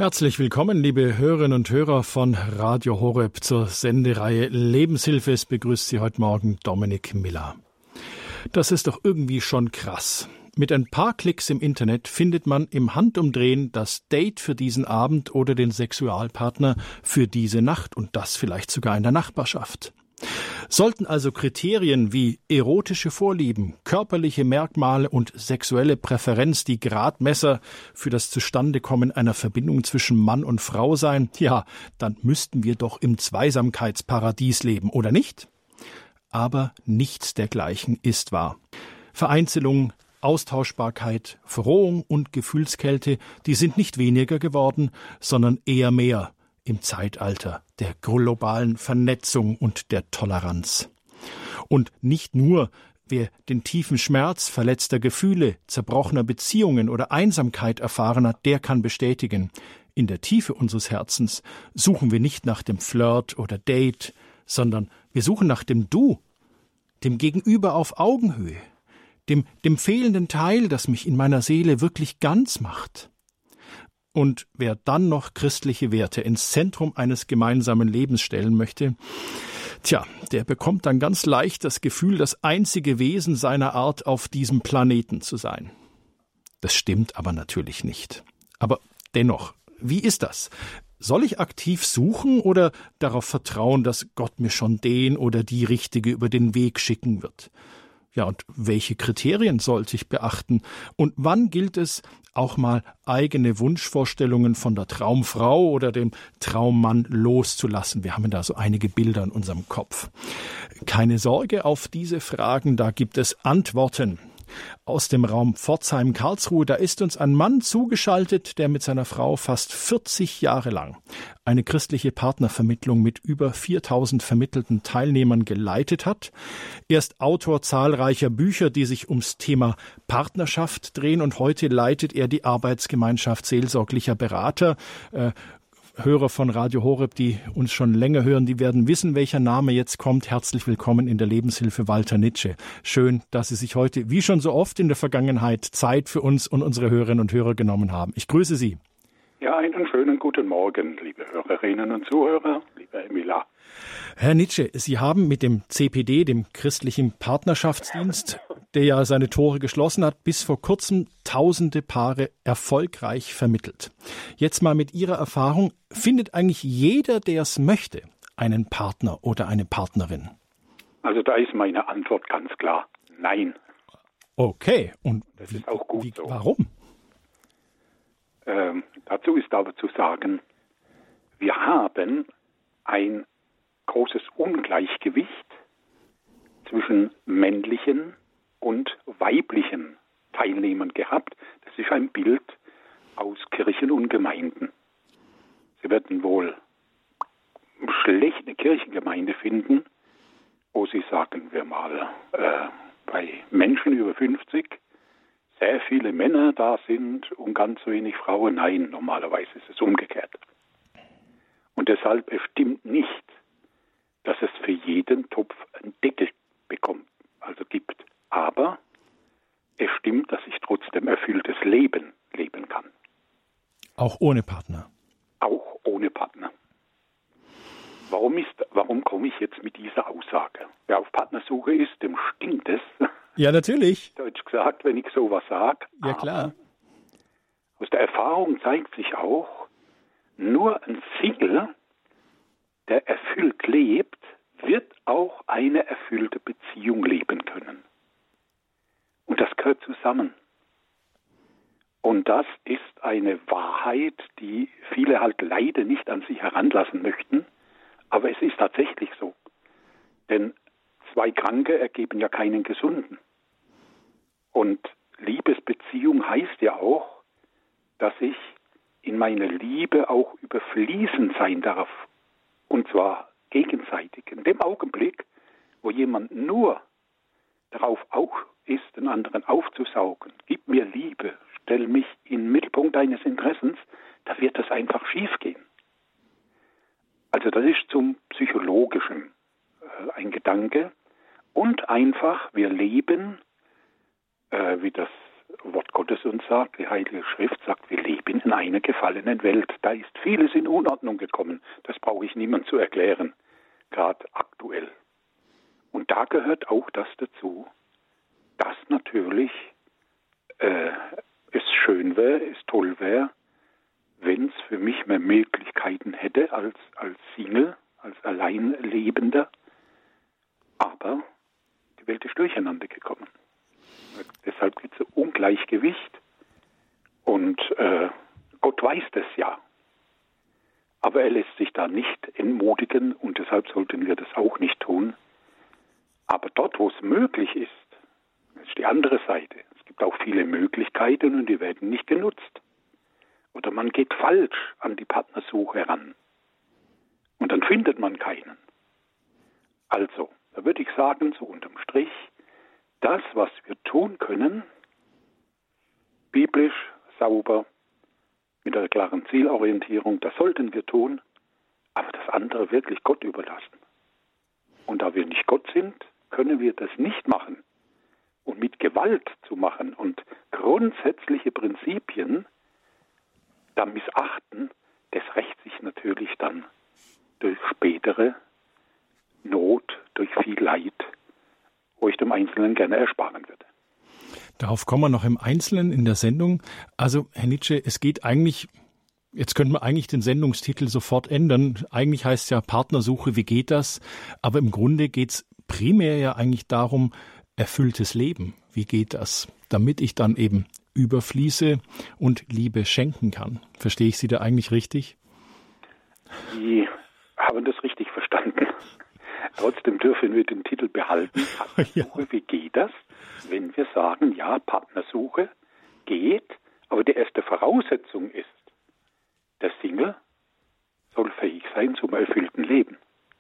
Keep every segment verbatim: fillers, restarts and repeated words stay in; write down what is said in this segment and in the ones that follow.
Herzlich willkommen, liebe Hörerinnen und Hörer von Radio Horeb zur Sendereihe Lebenshilfe. Es begrüßt Sie heute Morgen Dominik Miller. Das ist doch irgendwie schon krass. Mit ein paar Klicks im Internet findet man im Handumdrehen das Date für diesen Abend oder den Sexualpartner für diese Nacht und das vielleicht sogar in der Nachbarschaft. Sollten also Kriterien wie erotische Vorlieben, körperliche Merkmale und sexuelle Präferenz die Gradmesser für das Zustandekommen einer Verbindung zwischen Mann und Frau sein, ja, dann müssten wir doch im Zweisamkeitsparadies leben, oder nicht? Aber nichts dergleichen ist wahr. Vereinzelung, Austauschbarkeit, Verrohung und Gefühlskälte, die sind nicht weniger geworden, sondern eher mehr im Zeitalter der globalen Vernetzung und der Toleranz. Und nicht nur, wer den tiefen Schmerz verletzter Gefühle, zerbrochener Beziehungen oder Einsamkeit erfahren hat, der kann bestätigen, in der Tiefe unseres Herzens suchen wir nicht nach dem Flirt oder Date, sondern wir suchen nach dem Du, dem Gegenüber auf Augenhöhe, dem, dem fehlenden Teil, das mich in meiner Seele wirklich ganz macht. Und wer dann noch christliche Werte ins Zentrum eines gemeinsamen Lebens stellen möchte, tja, der bekommt dann ganz leicht das Gefühl, das einzige Wesen seiner Art auf diesem Planeten zu sein. Das stimmt aber natürlich nicht. Aber dennoch, wie ist das? Soll ich aktiv suchen oder darauf vertrauen, dass Gott mir schon den oder die Richtige über den Weg schicken wird? Ja, und welche Kriterien sollte ich beachten? Und wann gilt es, auch mal eigene Wunschvorstellungen von der Traumfrau oder dem Traummann loszulassen? Wir haben da so einige Bilder in unserem Kopf. Keine Sorge auf diese Fragen, da gibt es Antworten. Aus dem Raum Pforzheim-Karlsruhe, da ist uns ein Mann zugeschaltet, der mit seiner Frau fast vierzig Jahre lang eine christliche Partnervermittlung mit über viertausend vermittelten Teilnehmern geleitet hat. Er ist Autor zahlreicher Bücher, die sich ums Thema Partnerschaft drehen, und heute leitet er die Arbeitsgemeinschaft seelsorglicher Berater. Äh, Hörer von Radio Horeb, die uns schon länger hören, die werden wissen, welcher Name jetzt kommt. Herzlich willkommen in der Lebenshilfe, Walter Nitsche. Schön, dass Sie sich heute, wie schon so oft in der Vergangenheit, Zeit für uns und unsere Hörerinnen und Hörer genommen haben. Ich grüße Sie. Ja, einen schönen guten Morgen, liebe Hörerinnen und Zuhörer, lieber Emila. Herr Nitsche, Sie haben mit dem C P D, dem christlichen Partnerschaftsdienst, der ja seine Tore geschlossen hat, bis vor kurzem tausende Paare erfolgreich vermittelt. Jetzt mal mit Ihrer Erfahrung, findet eigentlich jeder, der es möchte, einen Partner oder eine Partnerin? Also da ist meine Antwort ganz klar, nein. Okay, und das ist auch gut wie, so. Warum? Ähm, dazu ist aber zu sagen, wir haben ein großes Ungleichgewicht zwischen männlichen und weiblichen Teilnehmern gehabt. Das ist ein Bild aus Kirchen und Gemeinden. Sie werden wohl schlecht eine Kirchengemeinde finden, wo Sie, sagen wir mal, äh, bei Menschen über fünfzig sehr viele Männer da sind und ganz wenig Frauen. Nein, normalerweise ist es umgekehrt. Und deshalb stimmt nicht, dass es für jeden Topf einen Deckel bekommt, also gibt. Aber es stimmt, dass ich trotzdem erfülltes Leben leben kann. Auch ohne Partner? Auch ohne Partner. Warum, ist, warum komme ich jetzt mit dieser Aussage? Wer auf Partnersuche ist, dem stinkt es. Ja, natürlich. Deutsch gesagt, wenn ich sowas sage. Ja, klar. Aus der Erfahrung zeigt sich auch, nur ein Single, der erfüllt lebt, wird auch eine erfüllte Beziehung leben können. Und das gehört zusammen. Und das ist eine Wahrheit, die viele halt leider nicht an sich heranlassen möchten. Aber es ist tatsächlich so. Denn zwei Kranke ergeben ja keinen Gesunden. Und Liebesbeziehung heißt ja auch, dass ich in meiner Liebe auch überfließend sein darf. Und zwar gegenseitig. In dem Augenblick, wo jemand nur darauf auch ist, den anderen aufzusaugen, gib mir Liebe, stell mich in den Mittelpunkt deines Interessens, da wird das einfach schiefgehen. Also das ist zum Psychologischen äh, ein Gedanke. Und einfach, wir leben, äh, wie das Wort Gottes uns sagt, die Heilige Schrift sagt, wir leben in einer gefallenen Welt. Da ist vieles in Unordnung gekommen. Das brauche ich niemand zu erklären, gerade aktuell. Und da gehört auch das dazu, dass natürlich äh, es schön wäre, es toll wäre, wenn es für mich mehr Möglichkeiten hätte als, als Single, als Alleinlebender. Aber die Welt ist durcheinander gekommen. Deshalb gibt es ein Ungleichgewicht und äh, Gott weiß das ja. Aber er lässt sich da nicht entmutigen und deshalb sollten wir das auch nicht tun. Aber dort, wo es möglich ist, das ist die andere Seite. Es gibt auch viele Möglichkeiten und die werden nicht genutzt. Oder man geht falsch an die Partnersuche ran. Und dann findet man keinen. Also, da würde ich sagen, so unterm Strich, das, was wir tun können, biblisch, sauber, mit einer klaren Zielorientierung, das sollten wir tun, aber das andere wirklich Gott überlassen. Und da wir nicht Gott sind, können wir das nicht machen. Und mit Gewalt zu machen und grundsätzliche Prinzipien da missachten, das rächt sich natürlich dann durch spätere Not, durch viel Leid, wo ich dem Einzelnen gerne ersparen würde. Darauf kommen wir noch im Einzelnen in der Sendung. Also, Herr Nitsche, es geht eigentlich, jetzt könnten wir eigentlich den Sendungstitel sofort ändern. Eigentlich heißt es ja Partnersuche, wie geht das? Aber im Grunde geht es primär ja eigentlich darum, erfülltes Leben. Wie geht das? Damit ich dann eben überfließe und Liebe schenken kann. Verstehe ich Sie da eigentlich richtig? Sie haben das richtig verstanden. Trotzdem dürfen wir den Titel behalten. Partnersuche, ja. Wie geht das? Wenn wir sagen, ja, Partnersuche geht, aber die erste Voraussetzung ist, der Single soll fähig sein zum erfüllten Leben.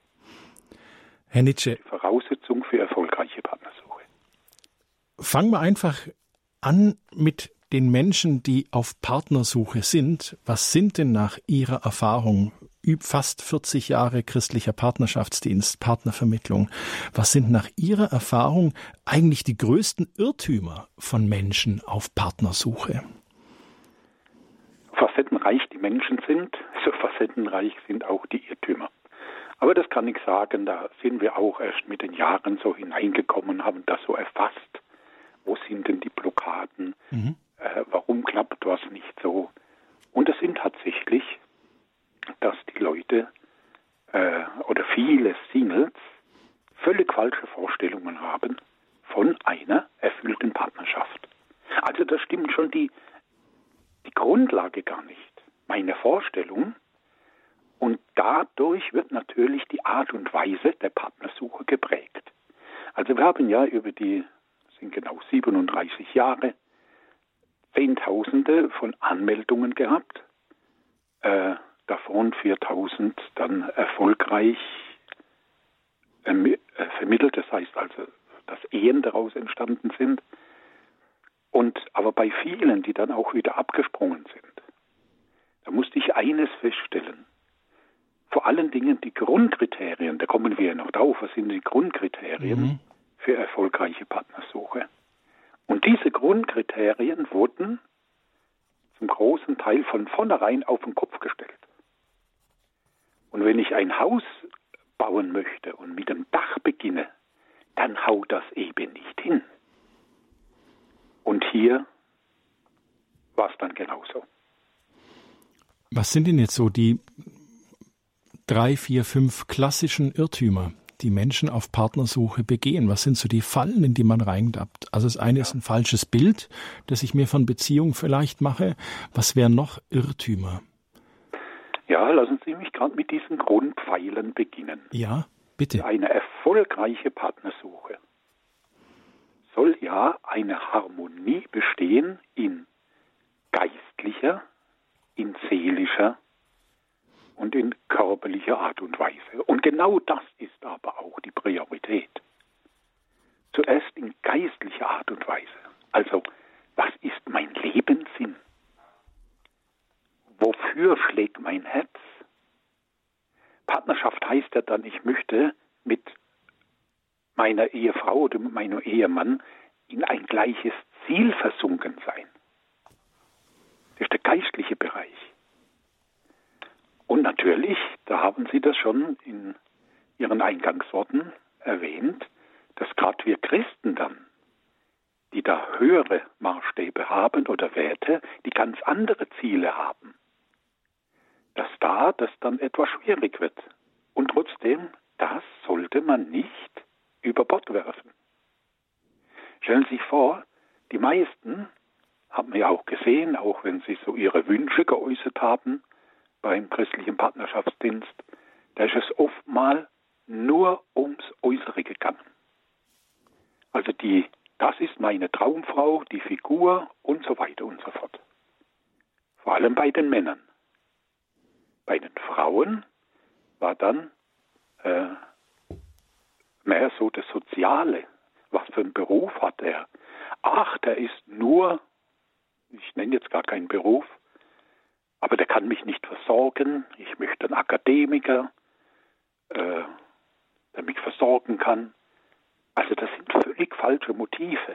Herr Nitsche. Die Voraussetzung für erfolgreiche Partnersuche. Fangen wir einfach an mit den Menschen, die auf Partnersuche sind. Was sind denn nach Ihrer Erfahrung, fast vierzig Jahre christlicher Partnerschaftsdienst, Partnervermittlung, was sind nach Ihrer Erfahrung eigentlich die größten Irrtümer von Menschen auf Partnersuche? Facettenreich die Menschen sind, so facettenreich sind auch die Irrtümer. Aber das kann ich sagen, da sind wir auch erst mit den Jahren so hineingekommen, haben das so erfasst. Wo sind denn die Blockaden? Mhm. Äh, warum klappt was nicht so? Und es sind tatsächlich, dass die Leute äh, oder viele Singles völlig falsche Vorstellungen haben von einer erfüllten Partnerschaft. Also da stimmt schon die, die Grundlage gar nicht. Meine Vorstellung. Und dadurch wird natürlich die Art und Weise der Partnersuche geprägt. Also wir haben ja über die, sind genau siebenunddreißig Jahre, Zehntausende von Anmeldungen gehabt, äh, davon viertausend dann erfolgreich äh, vermittelt, das heißt also, dass Ehen daraus entstanden sind. Und aber bei vielen, die dann auch wieder abgesprungen sind, da musste ich eines feststellen. Vor allen Dingen die Grundkriterien, da kommen wir ja noch drauf, was sind die Grundkriterien mhm. für erfolgreiche Partnersuche? Und diese Grundkriterien wurden zum großen Teil von vornherein auf den Kopf gestellt. Und wenn ich ein Haus bauen möchte und mit dem Dach beginne, dann haut das eben nicht hin. Und hier war es dann genauso. Was sind denn jetzt so die drei, vier, fünf klassischen Irrtümer, die Menschen auf Partnersuche begehen? Was sind so die Fallen, in die man reingappt? Also das eine ja. ist ein falsches Bild, das ich mir von Beziehungen vielleicht mache. Was wären noch Irrtümer? Ja, lassen Sie mich gerade mit diesen Grundpfeilern beginnen. Ja, bitte. Eine erfolgreiche Partnersuche soll ja eine Harmonie bestehen in geistlicher, in seelischer und in körperlicher Art und Weise. Und genau das ist aber auch die Priorität. Zuerst in geistlicher Art und Weise. Also, was ist mein Lebenssinn? Wofür schlägt mein Herz? Partnerschaft heißt ja dann, ich möchte mit meiner Ehefrau oder mit meinem Ehemann in ein gleiches Zielversunkensein. Das ist der geistliche Bereich. Und natürlich, da haben Sie das schon in Ihren Eingangsworten erwähnt, dass gerade wir Christen dann, die da höhere Maßstäbe haben oder Werte, die ganz andere Ziele haben, dass da das dann etwas schwierig wird. Und trotzdem, das sollte man nicht über Bord werfen. Stellen Sie sich vor, die meisten haben wir auch gesehen, auch wenn sie so ihre Wünsche geäußert haben beim christlichen Partnerschaftsdienst, da ist es oftmals nur ums Äußere gegangen. Also die, das ist meine Traumfrau, die Figur und so weiter und so fort. Vor allem bei den Männern. Bei den Frauen war dann äh, mehr so das Soziale. Was für einen Beruf hat er? Ach, der ist nur, ich nenne jetzt gar keinen Beruf, aber der kann mich nicht versorgen. Ich möchte einen Akademiker, äh, der mich versorgen kann. Also das sind völlig falsche Motive.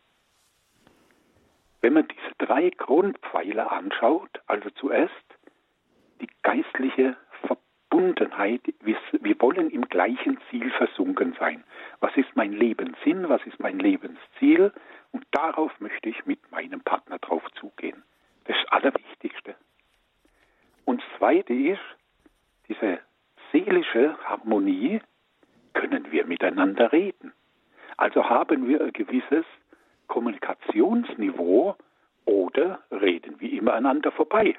Wenn man diese drei Grundpfeiler anschaut, also zuerst die geistliche Verbundenheit, wir, wir wollen im gleichen Ziel versunken sein. Was ist mein Lebenssinn, was ist mein Lebensziel? Und darauf möchte ich mit meinem Partner drauf zugehen. Das ist das Allerwichtigste. Und das Zweite ist, diese seelische Harmonie, können wir miteinander reden. Also haben wir ein gewisses Kommunikationsniveau oder reden wir immer aneinander vorbei.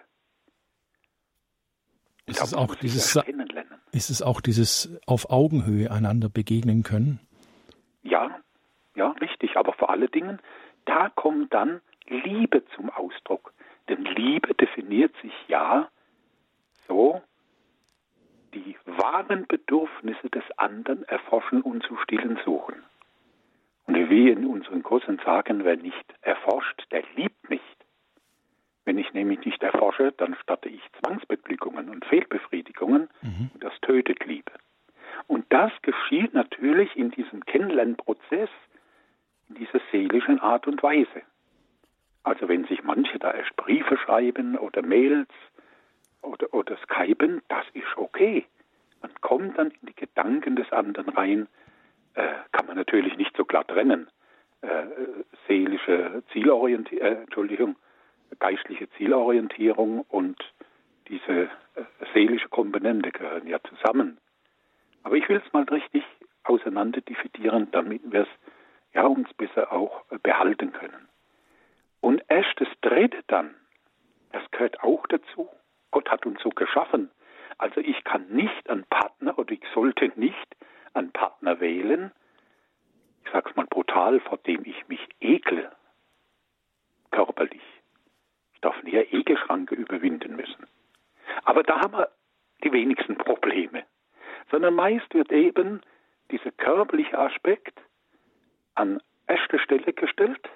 Ist es, auch dieses, ist es auch dieses auf Augenhöhe einander begegnen können? Ja, ja, richtig. Aber vor allen Dingen, da kommt dann Liebe zum Ausdruck. Denn Liebe definiert sich ja so, die wahren Bedürfnisse des anderen erforschen und zu stillen suchen. Und wie wir in unseren Kursen sagen, wer nicht erforscht, der liebt nicht. Wenn ich nämlich nicht erforsche, dann statte ich Zwangsbeglückungen und Fehlbefriedigungen. Mhm. Und das tötet Liebe. Und das geschieht natürlich in diesem Kennenlernprozess in dieser seelischen Art und Weise. Also wenn sich manche da erst Briefe schreiben oder Mails oder, oder Skypen, das ist okay. Man kommt dann in die Gedanken des anderen rein, äh, kann man natürlich nicht so klar trennen. Äh, seelische Zielorientierung, äh, Entschuldigung, geistliche Zielorientierung und diese äh, seelische Komponente gehören ja zusammen. Aber ich will es mal richtig auseinander dividieren, damit wir es ja uns besser auch äh, behalten können. Und erst das Dritte dann, das gehört auch dazu. Gott hat uns so geschaffen. Also ich kann nicht einen Partner oder ich sollte nicht einen Partner wählen, ich sage es mal brutal, vor dem ich mich ekle, körperlich. Ich darf nie eine Ekelschranke überwinden müssen. Aber da haben wir die wenigsten Probleme. Sondern meist wird eben dieser körperliche Aspekt an erste Stelle gestellt,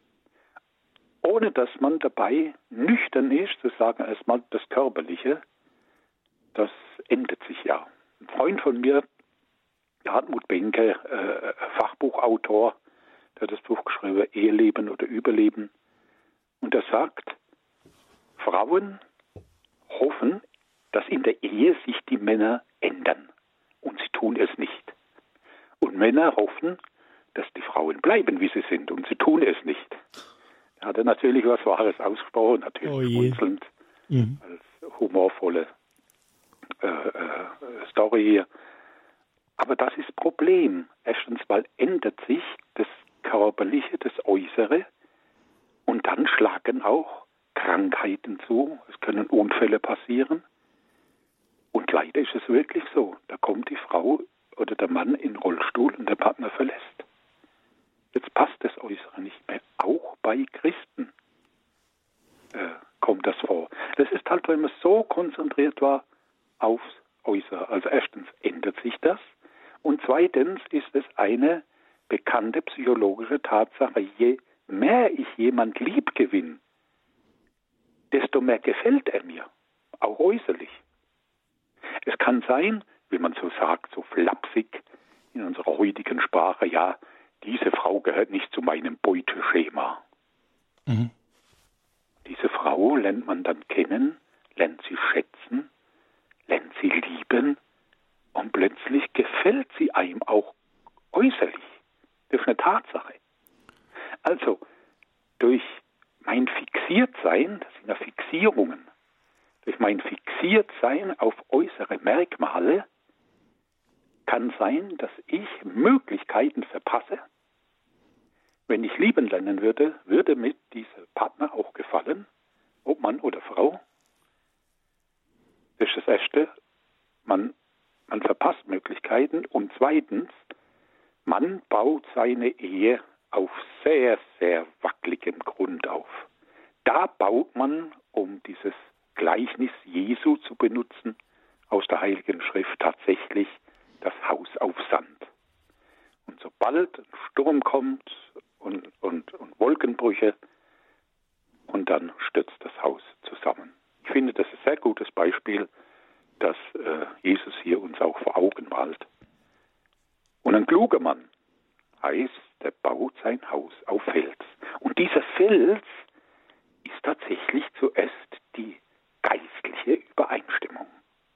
ohne dass man dabei nüchtern ist, zu sagen erstmal das Körperliche, das ändert sich ja. Ein Freund von mir, Hartmut Benke, äh, Fachbuchautor, der hat das Buch geschrieben, Eheleben oder Überleben, und er sagt, Frauen hoffen, dass in der Ehe sich die Männer ändern. Und sie tun es nicht. Und Männer hoffen, dass die Frauen bleiben, wie sie sind. Und sie tun es nicht. Da hat er natürlich was Wahres ausgesprochen, natürlich oh schmunzelnd, mhm. als humorvolle äh, äh, Story hier. Aber das ist das Problem. Erstens mal ändert sich das Körperliche, das Äußere. Und dann schlagen auch Krankheiten zu. Es können Unfälle passieren. Und leider ist es wirklich so. Da kommt die Frau oder der Mann in den Rollstuhl und der Partner verlässt. Jetzt passt das Äußere nicht mehr. Auch bei Christen äh, kommt das vor. Das ist halt, wenn man so konzentriert war aufs Äußere. Also erstens ändert sich das. Und zweitens ist es eine bekannte psychologische Tatsache. Je mehr ich jemand lieb gewinne, desto mehr gefällt er mir. Auch äußerlich. Es kann sein, wie man so sagt, so flapsig in unserer heutigen Sprache, ja, diese Frau gehört nicht zu meinem Beuteschema. Mhm. Diese Frau lernt man dann kennen, lernt sie schätzen, lernt sie lieben und plötzlich gefällt sie einem auch äußerlich. Das ist eine Tatsache. Also, durch mein Fixiertsein, das sind ja Fixierungen, durch mein Fixiertsein auf äußere Merkmale kann sein, dass ich Möglichkeiten verpasse. Wenn ich lieben lernen würde, würde mir dieser Partner auch gefallen, ob Mann oder Frau. Das ist das Erste, man, man verpasst Möglichkeiten. Und zweitens, man baut seine Ehe auf sehr, sehr wackeligem Grund auf. Da baut man, um dieses Gleichnis Jesu zu benutzen, aus der Heiligen Schrift tatsächlich das Haus auf Sand. Und sobald ein Sturm kommt und, und, und Wolkenbrüche, und dann stürzt das Haus zusammen. Ich finde, das ist ein sehr gutes Beispiel, das äh, Jesus hier uns auch vor Augen malt. Und ein kluger Mann heißt, der baut sein Haus auf Fels. Und dieser Fels ist tatsächlich zuerst die geistliche Übereinstimmung.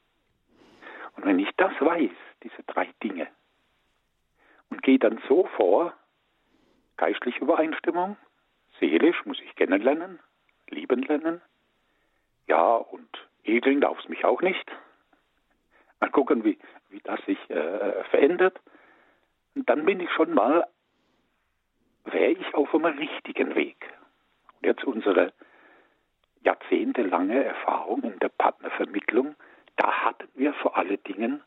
Und wenn ich das weiß, diese drei Dinge, und gehe dann so vor, geistliche Übereinstimmung, seelisch muss ich kennenlernen, lieben lernen, ja, und ekeln darf es mich auch nicht. Mal gucken, wie, wie das sich äh, verändert. Und dann bin ich schon mal, wäre ich auf einem richtigen Weg. Und jetzt unsere jahrzehntelange Erfahrung in der Partnervermittlung, da hatten wir vor allen Dingen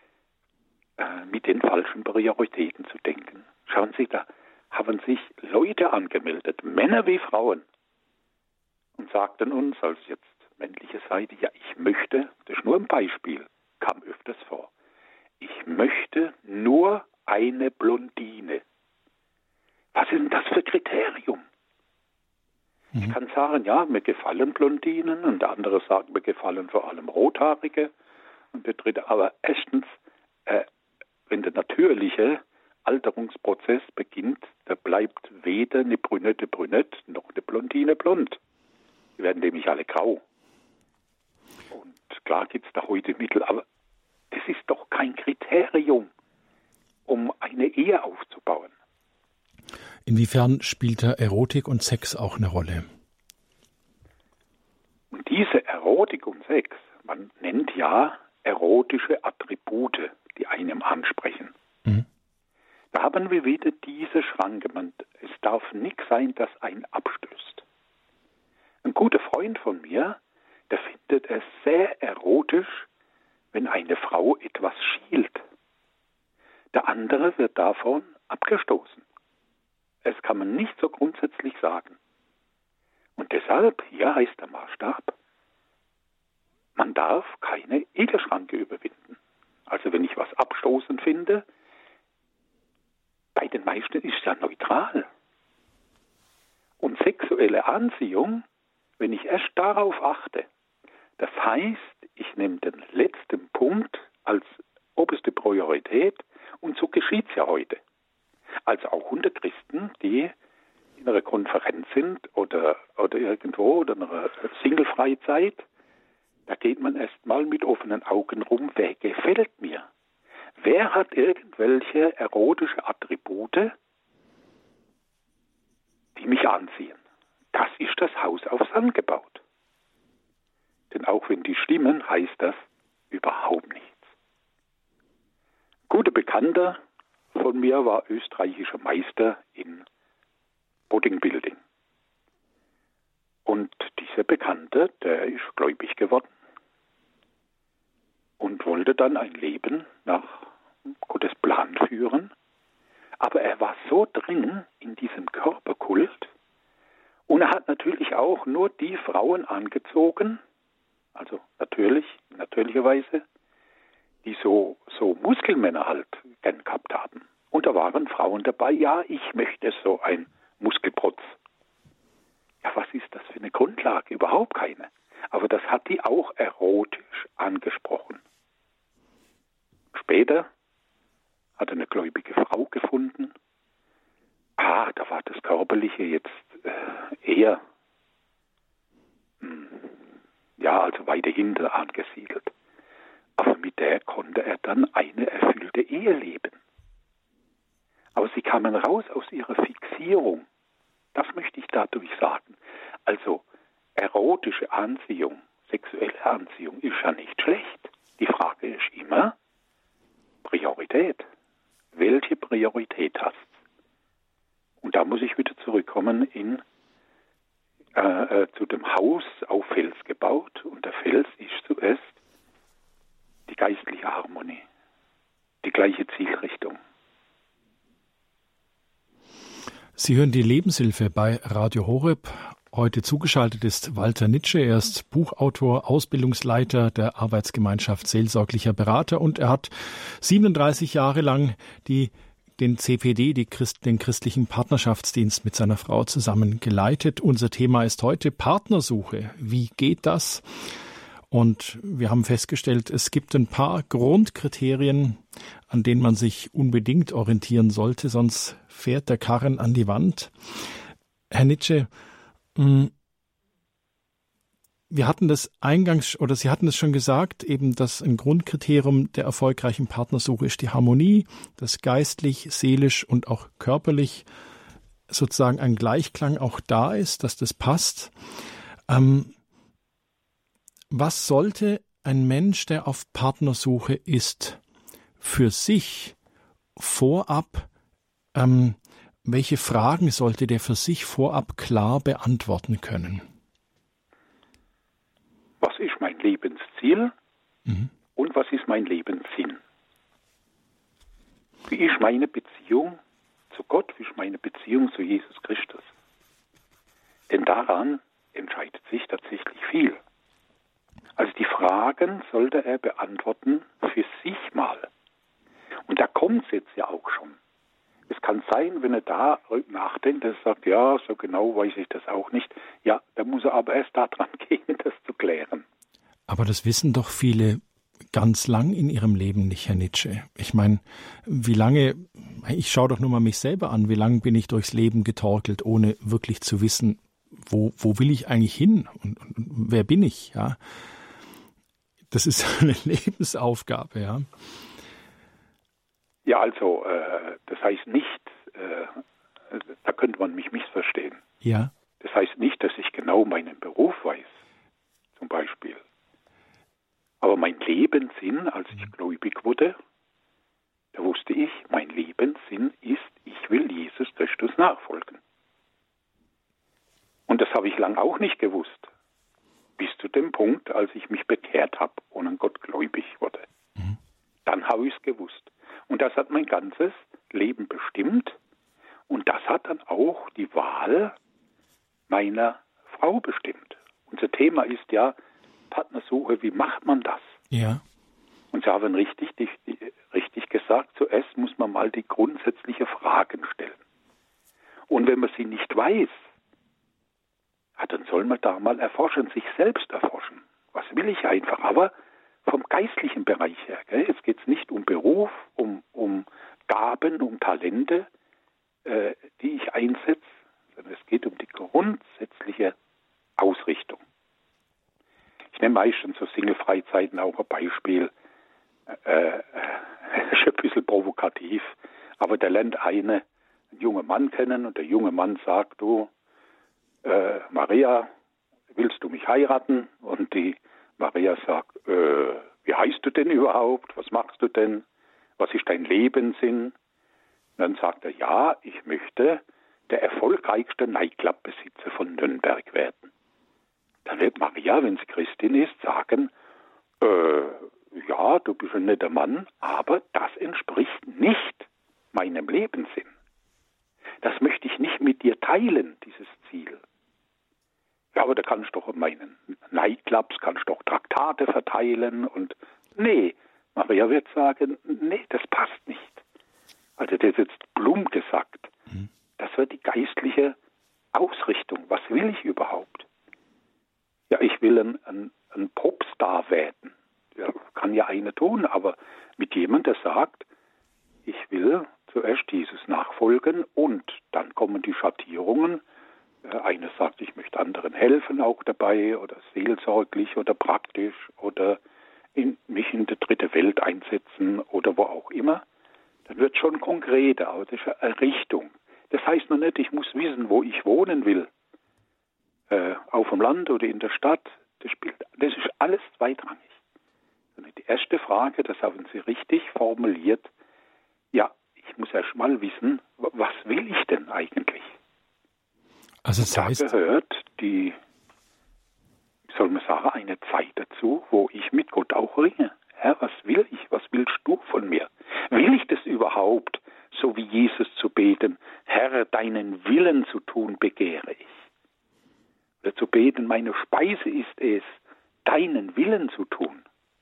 äh, mit den falschen Prioritäten zu denken. Schauen Sie, da haben sich Leute angemeldet, Männer wie Frauen, und sagten uns als jetzt männliche Seite, ja, ich möchte, das ist nur ein Beispiel, kam öfters vor, ich möchte nur eine Blondine. Was ist denn das für Kriterium? Mhm. Ich kann sagen, ja, mir gefallen Blondinen, und der andere sagt, mir gefallen vor allem Rothaarige, und der dritte, aber erstens, äh, wenn der natürliche Alterungsprozess beginnt, da bleibt weder eine Brünette brünett, noch eine Blondine blond. Die werden nämlich alle grau. Und klar gibt es da heute Mittel, aber das ist doch kein Kriterium, um eine Ehe aufzubauen. Inwiefern spielt da Erotik und Sex auch eine Rolle? Und diese Erotik und Sex, man nennt ja erotische Attribute, die einem ansprechen. Mhm. Da haben wir wieder diese Schranke. Man, es darf nichts sein, das einen abstößt. Ein guter Freund von mir, der findet es sehr erotisch, wenn eine Frau etwas schielt. Der andere wird davon abgestoßen. Das kann man nicht so grundsätzlich sagen. Und deshalb, hier heißt der Maßstab, man darf keine Ekelschranke überwinden. Also wenn ich was abstoßend finde, bei den meisten ist es ja neutral. Und sexuelle Anziehung, wenn ich erst darauf achte, das heißt, ich nehme den letzten Punkt als oberste Priorität, und so geschieht es ja heute. Also auch unter Christen, die in einer Konferenz sind oder, oder irgendwo oder in einer Single-Freizeit, da geht man erstmal mit offenen Augen rum, wer gefällt mir? Wer hat irgendwelche erotische Attribute, die mich anziehen? Das ist das Haus auf Sand gebaut. Denn auch wenn die stimmen, heißt das überhaupt nichts. Ein guter Bekannter von mir war österreichischer Meister in Bodybuilding. Und dieser Bekannte, der ist gläubig geworden und wollte dann ein Leben nach Gottes Plan führen. Aber er war so drin in diesem Körperkult, und er hat natürlich auch nur die Frauen angezogen, also natürlich, natürlicherweise, die so, so Muskelmänner halt gern gehabt haben. Und da waren Frauen dabei, ja, ich möchte so ein Muskelprotz. Ja, was ist das für eine Grundlage? Überhaupt keine. Aber das hat die auch erotisch angesprochen. Später hat er eine gläubige Frau gefunden. Ah, da war das Körperliche jetzt äh, eher mh, ja, also weiter hinten angesiedelt. Aber mit der konnte er dann eine erfüllte Ehe leben. Aber sie kamen raus aus ihrer Fixierung. Das möchte ich dadurch sagen. Also erotische Anziehung, sexuelle Anziehung ist ja nicht schlecht. Die Frage ist immer Priorität. Welche Priorität hast du? Und da muss ich wieder zurückkommen in, äh, äh, zu dem Haus auf Fels gebaut. Und der Fels ist zuerst die geistliche Harmonie, die gleiche Zielrichtung. Sie hören die Lebenshilfe bei Radio Horeb. Heute zugeschaltet ist Walter Nitsche. Er ist Buchautor, Ausbildungsleiter der Arbeitsgemeinschaft Seelsorglicher Berater und er hat siebenunddreißig Jahre lang die, den C P D, die Christ, den christlichen Partnerschaftsdienst mit seiner Frau zusammen geleitet. Unser Thema ist heute Partnersuche. Wie geht das? Und wir haben festgestellt, es gibt ein paar Grundkriterien, an denen man sich unbedingt orientieren sollte, sonst fährt der Karren an die Wand. Herr Nitsche, wir hatten das eingangs, oder Sie hatten es schon gesagt, eben, dass ein Grundkriterium der erfolgreichen Partnersuche ist die Harmonie, dass geistlich, seelisch und auch körperlich sozusagen ein Gleichklang auch da ist, dass das passt. Ähm, Was sollte ein Mensch, der auf Partnersuche ist, für sich vorab, ähm, welche Fragen sollte der für sich vorab klar beantworten können? Was ist mein Lebensziel Mhm. und was ist mein Lebenssinn? Wie ist meine Beziehung zu Gott, wie ist meine Beziehung zu Jesus Christus? Denn daran entscheidet sich tatsächlich viel. Also die Fragen sollte er beantworten für sich mal. Und da kommt es jetzt ja auch schon. Es kann sein, wenn er da nachdenkt, dass er sagt, ja, so genau weiß ich das auch nicht. Ja, da muss er aber erst da dran gehen, das zu klären. Aber das wissen doch viele ganz lang in ihrem Leben nicht, Herr Nitsche. Ich meine, wie lange, ich schaue doch nur mal mich selber an, wie lange bin ich durchs Leben getorkelt, ohne wirklich zu wissen, wo, wo will ich eigentlich hin und, und, und wer bin ich, ja? Das ist eine Lebensaufgabe, ja. Ja, also, äh, das heißt nicht, äh, da könnte man mich missverstehen. Ja. Das heißt nicht, dass ich genau meinen Beruf weiß, zum Beispiel. Aber mein Lebenssinn, als ich gläubig wurde, da wusste ich, mein Lebenssinn ist, ich will Jesus Christus nachfolgen. Und das habe ich lang auch nicht gewusst. Bis zu dem Punkt, als ich mich bekehrt habe und an Gott gläubig wurde. Mhm. Dann habe ich es gewusst. Und das hat mein ganzes Leben bestimmt. Und das hat dann auch die Wahl meiner Frau bestimmt. Unser Thema ist ja Partnersuche, wie macht man das? Ja. Und Sie haben richtig, die, die, richtig gesagt, zuerst muss man mal die grundsätzlichen Fragen stellen. Und wenn man sie nicht weiß, ja, dann soll man da mal erforschen, sich selbst erforschen. Was will ich einfach? Aber vom geistlichen Bereich her. Gell? Jetzt geht es nicht um Beruf, um, um Gaben, um Talente, äh, die ich einsetze, sondern es geht um die grundsätzliche Ausrichtung. Ich nehme meistens so Single-Freizeiten auch ein Beispiel. Äh, ist ein bisschen provokativ, aber da lernt eine einen jungen Mann kennen und der junge Mann sagt, du, Äh, Maria, willst du mich heiraten? Und die Maria sagt, äh, wie heißt du denn überhaupt? Was machst du denn? Was ist dein Lebenssinn? Und dann sagt er, ja, ich möchte der erfolgreichste Nightclub-Besitzer von Nürnberg werden. Dann wird Maria, wenn sie Christin ist, sagen, äh, ja, du bist ein netter Mann, aber das entspricht nicht meinem Lebenssinn. Das möchte ich nicht mit dir teilen, dieses Ziel. Ja, aber da kannst du doch in meinen Nightclubs, kannst du doch Traktate verteilen und nee, Maria wird sagen, nee, das passt nicht. Also das ist jetzt plump gesagt. Mhm. Das wird die geistliche Ausrichtung. Was will ich überhaupt? Ja, ich will ein, ein, ein Popstar werden. Ja, kann ja einer tun, aber mit jemandem, der sagt, ich will zuerst Jesus nachfolgen und dann kommen die Schattierungen, äh, der eine sagt, ich möchte anderen helfen auch dabei oder seelsorglich oder praktisch oder in, mich in die dritte Welt einsetzen oder wo auch immer, dann wird schon konkreter, aber das ist eine Richtung. Das heißt noch nicht, ich muss wissen, wo ich wohnen will, äh, auf dem Land oder in der Stadt. Das, spielt, das ist alles zweitrangig. Die erste Frage, das haben Sie richtig formuliert, ja, ich muss erst mal wissen, was will ich denn eigentlich? Also das heißt, da gehört die, soll man sagen, eine Zeit dazu, wo ich mit Gott auch ringe. Herr, was will ich? Was willst du von mir? Will ich das überhaupt, so wie Jesus zu beten, Herr, deinen Willen zu tun begehre ich? Oder zu beten, meine Speise ist es, deinen Willen zu tun.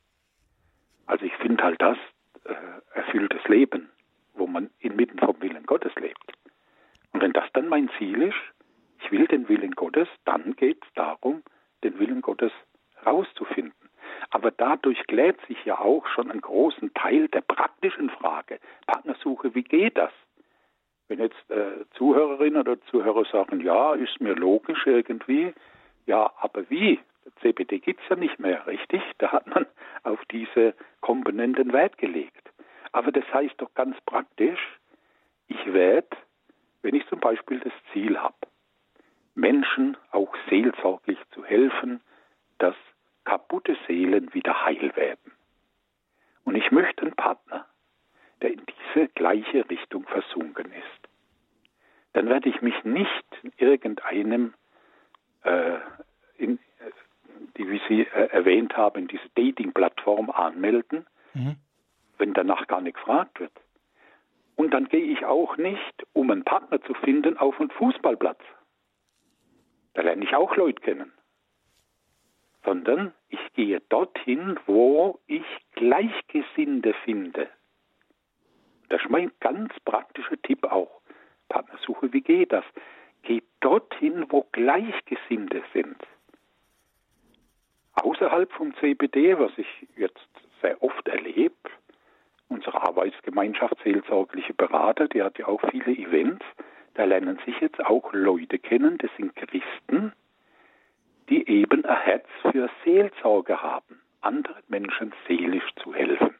Also ich finde halt das äh, erfülltes Leben, wo man inmitten vom Willen Gottes lebt. Und wenn das dann mein Ziel ist, ich will den Willen Gottes, dann geht es darum, den Willen Gottes herauszufinden. Aber dadurch klärt sich ja auch schon einen großen Teil der praktischen Frage. Partnersuche, wie geht das? Wenn jetzt äh, Zuhörerinnen oder Zuhörer sagen, ja, ist mir logisch irgendwie, ja, aber wie? C B D gibt es ja nicht mehr, richtig? Da hat man auf diese Komponenten Wert gelegt. Aber das heißt doch ganz praktisch, ich werde, wenn ich zum Beispiel das Ziel habe, Menschen auch seelsorglich zu helfen, dass kaputte Seelen wieder heil werden. Und ich möchte einen Partner, der in diese gleiche Richtung versunken ist. Dann werde ich mich nicht in irgendeinem, äh, in, die, wie Sie äh, erwähnt haben, in diese Dating-Plattform anmelden, mhm. wenn danach gar nicht gefragt wird. Und dann gehe ich auch nicht, um einen Partner zu finden, auf einen Fußballplatz. Da lerne ich auch Leute kennen. Sondern ich gehe dorthin, wo ich Gleichgesinnte finde. Das ist mein ganz praktischer Tipp auch. Partnersuche, wie geht das? Geht dorthin, wo Gleichgesinnte sind. Außerhalb vom C B D, was ich jetzt sehr oft erlebe, unsere Arbeitsgemeinschaft Seelsorgliche Berater, die hat ja auch viele Events, da lernen sich jetzt auch Leute kennen, das sind Christen, die eben ein Herz für Seelsorge haben, anderen Menschen seelisch zu helfen.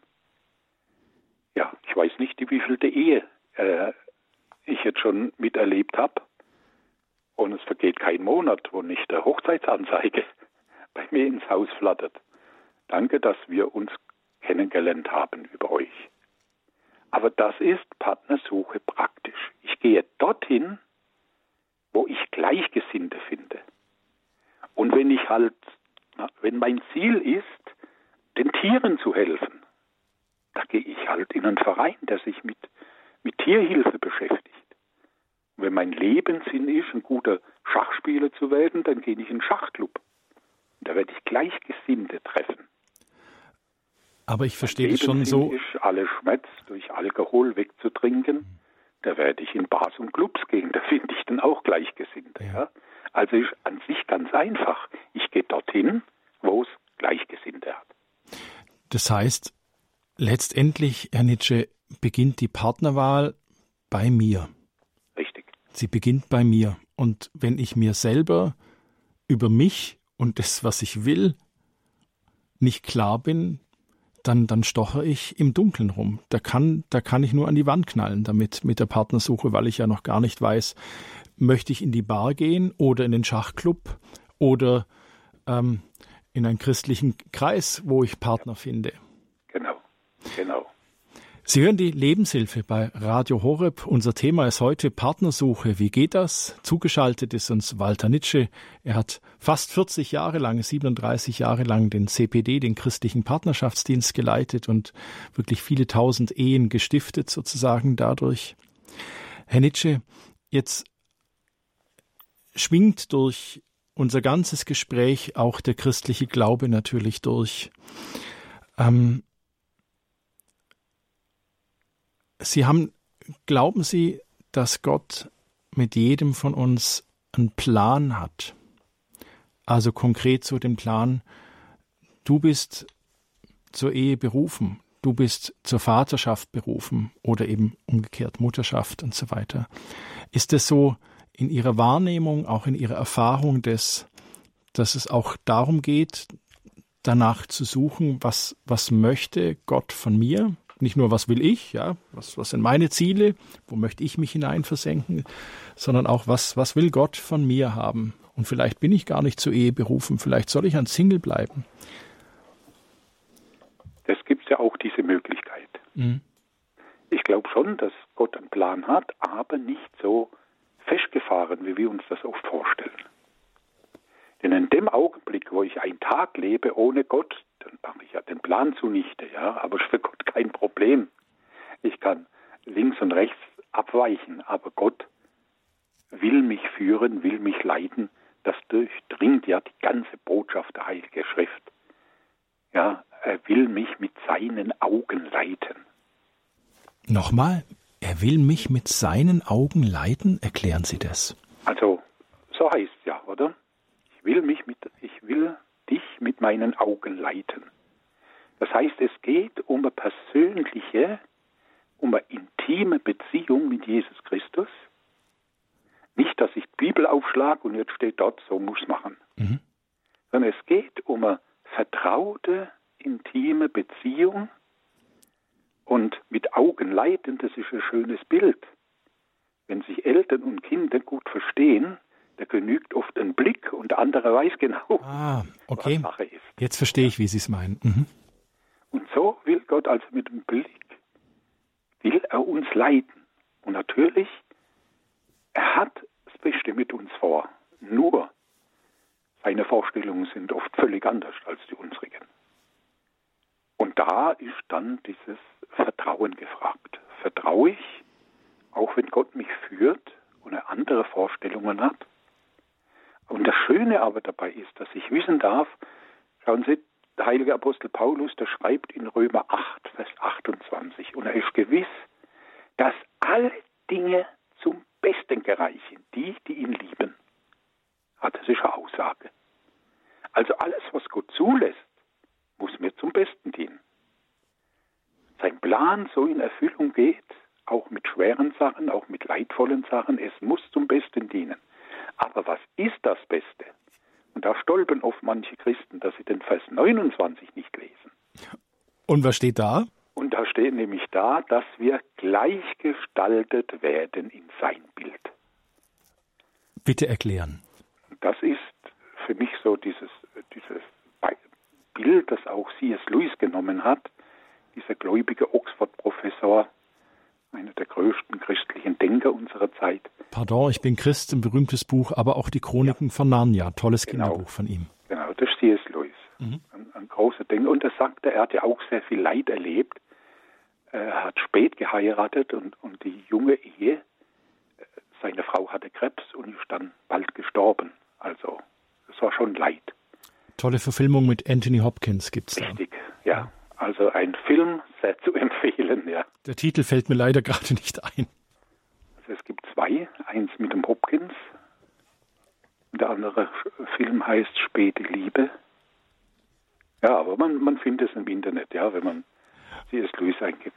Ja, ich weiß nicht, wie vielte Ehe äh, ich jetzt schon miterlebt habe. Und es vergeht kein Monat, wo nicht der Hochzeitsanzeige bei mir ins Haus flattert. Danke, dass wir uns kennengelernt haben über euch. Aber das ist Partnersuche praktisch. Ich gehe dorthin, wo ich Gleichgesinnte finde. Und wenn ich halt, wenn mein Ziel ist, den Tieren zu helfen, da gehe ich halt in einen Verein, der sich mit, mit Tierhilfe beschäftigt. Und wenn mein Lebenssinn ist, ein guter Schachspieler zu werden, dann gehe ich in einen Schachclub. Und da werde ich Gleichgesinnte treffen. Aber ich verstehe das schon so. Ist, alle Schmerz durch Alkohol wegzutrinken, da werde ich in Bars und Clubs gehen, da finde ich dann auch Gleichgesinnte. Ja. Ja? Also ist an sich ganz einfach. Ich gehe dorthin, wo es Gleichgesinnte hat. Das heißt, letztendlich, Herr Nitsche, beginnt die Partnerwahl bei mir. Richtig. Sie beginnt bei mir. Und wenn ich mir selber über mich und das, was ich will, nicht klar bin, dann, dann stoche ich im Dunkeln rum. Da kann, da kann ich nur an die Wand knallen damit, mit der Partnersuche, weil ich ja noch gar nicht weiß, möchte ich in die Bar gehen oder in den Schachclub oder ähm, in einen christlichen Kreis, wo ich Partner finde. Genau, genau. Sie hören die Lebenshilfe bei Radio Horeb. Unser Thema ist heute Partnersuche. Wie geht das? Zugeschaltet ist uns Walter Nitsche. Er hat fast vierzig Jahre lang, siebenunddreißig Jahre lang den C P D, den christlichen Partnerschaftsdienst, geleitet und wirklich viele tausend Ehen gestiftet sozusagen dadurch. Herr Nitsche, jetzt schwingt durch unser ganzes Gespräch auch der christliche Glaube natürlich durch. Ähm, Sie haben, glauben Sie, dass Gott mit jedem von uns einen Plan hat? Also konkret so den Plan, du bist zur Ehe berufen, du bist zur Vaterschaft berufen oder eben umgekehrt Mutterschaft und so weiter. Ist es so in Ihrer Wahrnehmung, auch in Ihrer Erfahrung, des, dass es auch darum geht, danach zu suchen, was, was möchte Gott von mir? Nicht nur, was will ich, ja, was, was sind meine Ziele, wo möchte ich mich hinein versenken, sondern auch, was, was will Gott von mir haben? Und vielleicht bin ich gar nicht zur Ehe berufen, vielleicht soll ich ein Single bleiben. Das gibt es ja auch, diese Möglichkeit. Mhm. Ich glaube schon, dass Gott einen Plan hat, aber nicht so festgefahren, wie wir uns das oft vorstellen. Denn in dem Augenblick, wo ich einen Tag lebe ohne Gott, dann mache ich ja den Plan zunichte, ja, aber ist für Gott kein Problem. Ich kann links und rechts abweichen, aber Gott will mich führen, will mich leiten. Das durchdringt ja die ganze Botschaft der Heiligen Schrift. Ja, er will mich mit seinen Augen leiten. Nochmal, er will mich mit seinen Augen leiten? Erklären Sie das. Also, so heißt es ja, oder? Ich will mich mit, ich will dich mit meinen Augen leiten. Das heißt, es geht um eine persönliche, um eine intime Beziehung mit Jesus Christus. Nicht, dass ich die Bibel aufschlage und jetzt steht dort, so muss ich machen. Mhm. Sondern es geht um eine vertraute, intime Beziehung. Und mit Augen leiten, das ist ein schönes Bild. Wenn sich Eltern und Kinder gut verstehen, da genügt oft ein Blick und der andere weiß genau, ah, okay. was Sache ist. Jetzt verstehe ich, wie Sie es meinen. Mhm. Und so will Gott also mit dem Blick, will er uns leiten. Und natürlich, er hat das Beste mit uns vor. Nur, seine Vorstellungen sind oft völlig anders als die unsrigen. Und da ist dann dieses Vertrauen gefragt. Vertraue ich, auch wenn Gott mich führt und er andere Vorstellungen hat? Und das Schöne aber dabei ist, dass ich wissen darf, schauen Sie, der heilige Apostel Paulus, der schreibt in Römer acht, Vers achtundzwanzig, und er ist gewiss, dass alle Dinge zum Besten gereichen, die, die ihn lieben. Ja, das ist eine Aussage. Also alles, was Gott zulässt, muss mir zum Besten dienen. Sein Plan so in Erfüllung geht, auch mit schweren Sachen, auch mit leidvollen Sachen, es muss zum Besten dienen. Aber was ist das Beste? Und da stolpern oft manche Christen, dass sie den Vers neunundzwanzig nicht lesen. Und was steht da? Und da steht nämlich da, dass wir gleichgestaltet werden in sein Bild. Bitte erklären. Das ist für mich so dieses, dieses Bild, das auch C S Lewis genommen hat, dieser gläubige Oxford-Professor, einer der größten christlichen Denker unserer Zeit. Pardon, ich bin Christ, ein berühmtes Buch, aber auch die Chroniken ja. von Narnia, tolles genau. Kinderbuch von ihm. Genau, das ist C S Lewis, mhm. ein, ein großer Denker. Und er sagte, er hat ja auch sehr viel Leid erlebt. Er hat spät geheiratet und, und die junge Ehe, seine Frau hatte Krebs und ist dann bald gestorben. Also, es war schon Leid. Tolle Verfilmung mit Anthony Hopkins gibt's da. Richtig, ja. Also ein Film, sehr zu empfehlen, ja. Der Titel fällt mir leider gerade nicht ein. Also es gibt zwei, eins mit dem Hopkins. Der andere Film heißt Späte Liebe. Ja, aber man, man findet es im Internet, ja, wenn man C S Lewis eingibt.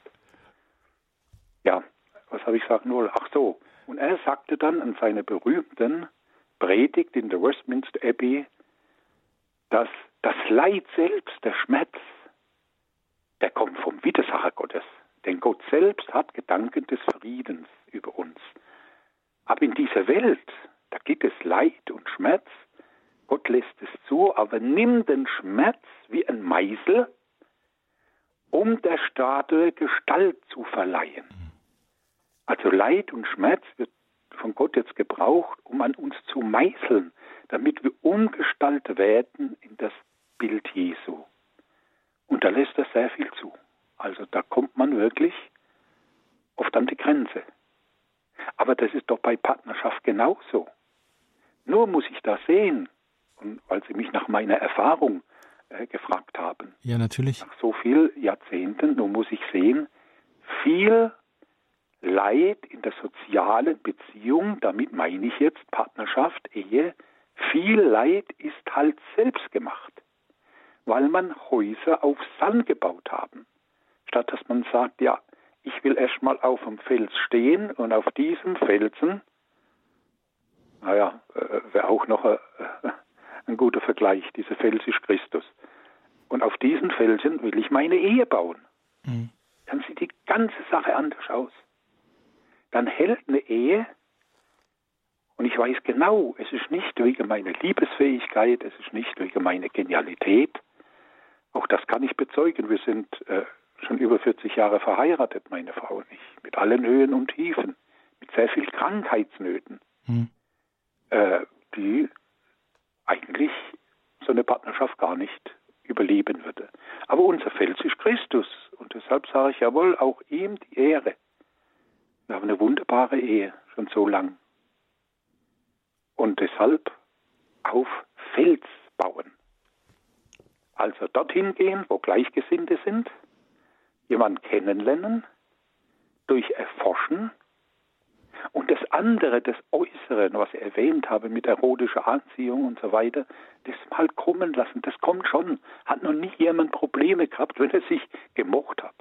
Ja, was habe ich sagen wollen? Ach so, und er sagte dann an seiner berühmten Predigt in der Westminster Abbey, dass das Leid selbst, der Schmerz, der kommt vom Widersacher Gottes. Denn Gott selbst hat Gedanken des Friedens über uns. Aber in dieser Welt, da gibt es Leid und Schmerz. Gott lässt es zu, aber nimmt den Schmerz wie ein Meißel, um der Statue Gestalt zu verleihen. Also Leid und Schmerz wird von Gott jetzt gebraucht, um an uns zu meißeln, damit wir umgestaltet werden in das Bild Jesu. Und da lässt er sehr viel zu. Also da kommt man wirklich oft an die Grenze. Aber das ist doch bei Partnerschaft genauso. Nur muss ich da sehen, und weil Sie mich nach meiner Erfahrung äh, gefragt haben. Ja, natürlich. Nach so vielen Jahrzehnten, nur muss ich sehen, viel Leid in der sozialen Beziehung, damit meine ich jetzt Partnerschaft, Ehe, viel Leid ist halt selbst gemacht, weil man Häuser auf Sand gebaut haben. Statt dass man sagt, ja, ich will erstmal auf dem Fels stehen und auf diesem Felsen naja, äh, wäre auch noch äh, ein guter Vergleich. Dieser Fels ist Christus. Und auf diesen Felsen will ich meine Ehe bauen. Mhm. Dann sieht die ganze Sache anders aus. Dann hält eine Ehe, und ich weiß genau, es ist nicht wegen meiner Liebesfähigkeit, es ist nicht wegen meiner Genialität. Auch das kann ich bezeugen. Wir sind äh, schon über vierzig Jahre verheiratet, meine Frau und ich, mit allen Höhen und Tiefen, mit sehr viel Krankheitsnöten, mhm. äh, die eigentlich so eine Partnerschaft gar nicht überleben würde. Aber unser Fels ist Christus und deshalb sage ich, jawohl, auch ihm die Ehre. Wir haben eine wunderbare Ehe, schon so lang. Und deshalb auf Fels bauen. Also dorthin gehen, wo Gleichgesinnte sind, jemanden kennenlernen, durch Erforschen und das andere, das Äußere, was ich erwähnt habe mit erotischer Anziehung und so weiter, das mal kommen lassen. Das kommt schon. Hat noch nie jemand Probleme gehabt, wenn er sich gemocht hat.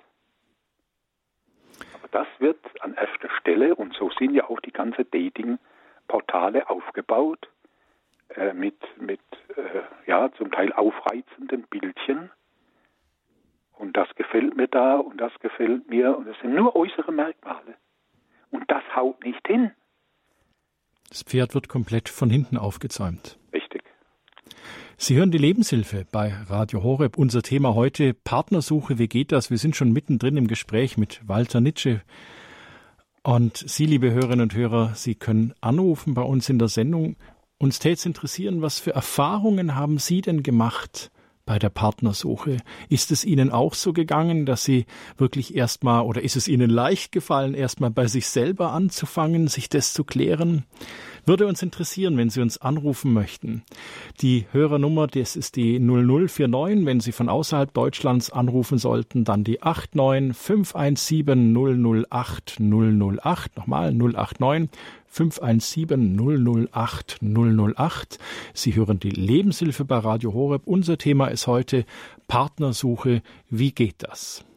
Aber das wird an erster Stelle, und so sind ja auch die ganzen Dating-Portale aufgebaut, äh, mit, mit äh, ja, zum Teil aufreizenden Bildchen. Und das gefällt mir da und das gefällt mir. Und das sind nur äußere Merkmale. Und das haut nicht hin. Das Pferd wird komplett von hinten aufgezäumt. Richtig. Sie hören die Lebenshilfe bei Radio Horeb. Unser Thema heute Partnersuche. Wie geht das? Wir sind schon mittendrin im Gespräch mit Walter Nitsche. Und Sie, liebe Hörerinnen und Hörer, Sie können anrufen bei uns in der Sendung. Uns täte es interessieren, was für Erfahrungen haben Sie denn gemacht bei der Partnersuche? Ist es Ihnen auch so gegangen, dass Sie wirklich erstmal, oder ist es Ihnen leicht gefallen, erstmal bei sich selber anzufangen, sich das zu klären? Würde uns interessieren, wenn Sie uns anrufen möchten. Die Hörernummer, das ist die null null vier neun. Wenn Sie von außerhalb Deutschlands anrufen sollten, dann die acht neun fünf eins sieben null null acht null null acht. Nochmal null acht neun fünf eins sieben null null acht null null acht. Sie hören die Lebenshilfe bei Radio Horeb. Unser Thema ist heute Partnersuche. Wie geht das?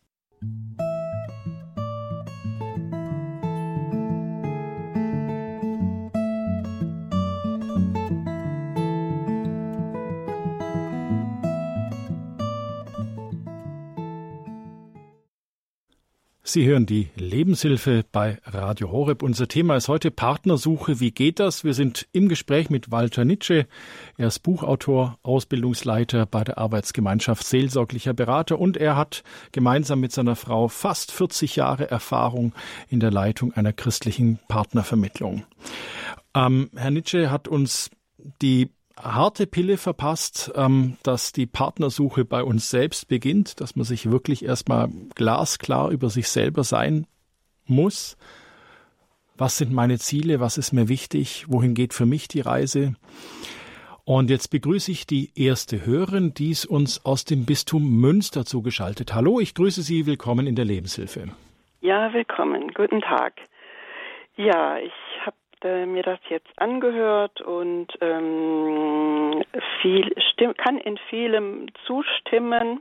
Sie hören die Lebenshilfe bei Radio Horeb. Unser Thema ist heute Partnersuche. Wie geht das? Wir sind im Gespräch mit Walter Nitsche. Er ist Buchautor, Ausbildungsleiter bei der Arbeitsgemeinschaft Seelsorglicher Berater und er hat gemeinsam mit seiner Frau fast vierzig Jahre Erfahrung in der Leitung einer christlichen Partnervermittlung. Ähm, Herr Nitsche hat uns die harte Pille verpasst, ähm, dass die Partnersuche bei uns selbst beginnt, dass man sich wirklich erstmal glasklar über sich selber sein muss. Was sind meine Ziele? Was ist mir wichtig? Wohin geht für mich die Reise? Und jetzt begrüße ich die erste Hörerin, die ist uns aus dem Bistum Münster zugeschaltet. Hallo, ich grüße Sie, willkommen in der Lebenshilfe. Ja, willkommen, guten Tag. Ja, ich habe mir das jetzt angehört und ähm, viel stimm, kann in vielem zustimmen.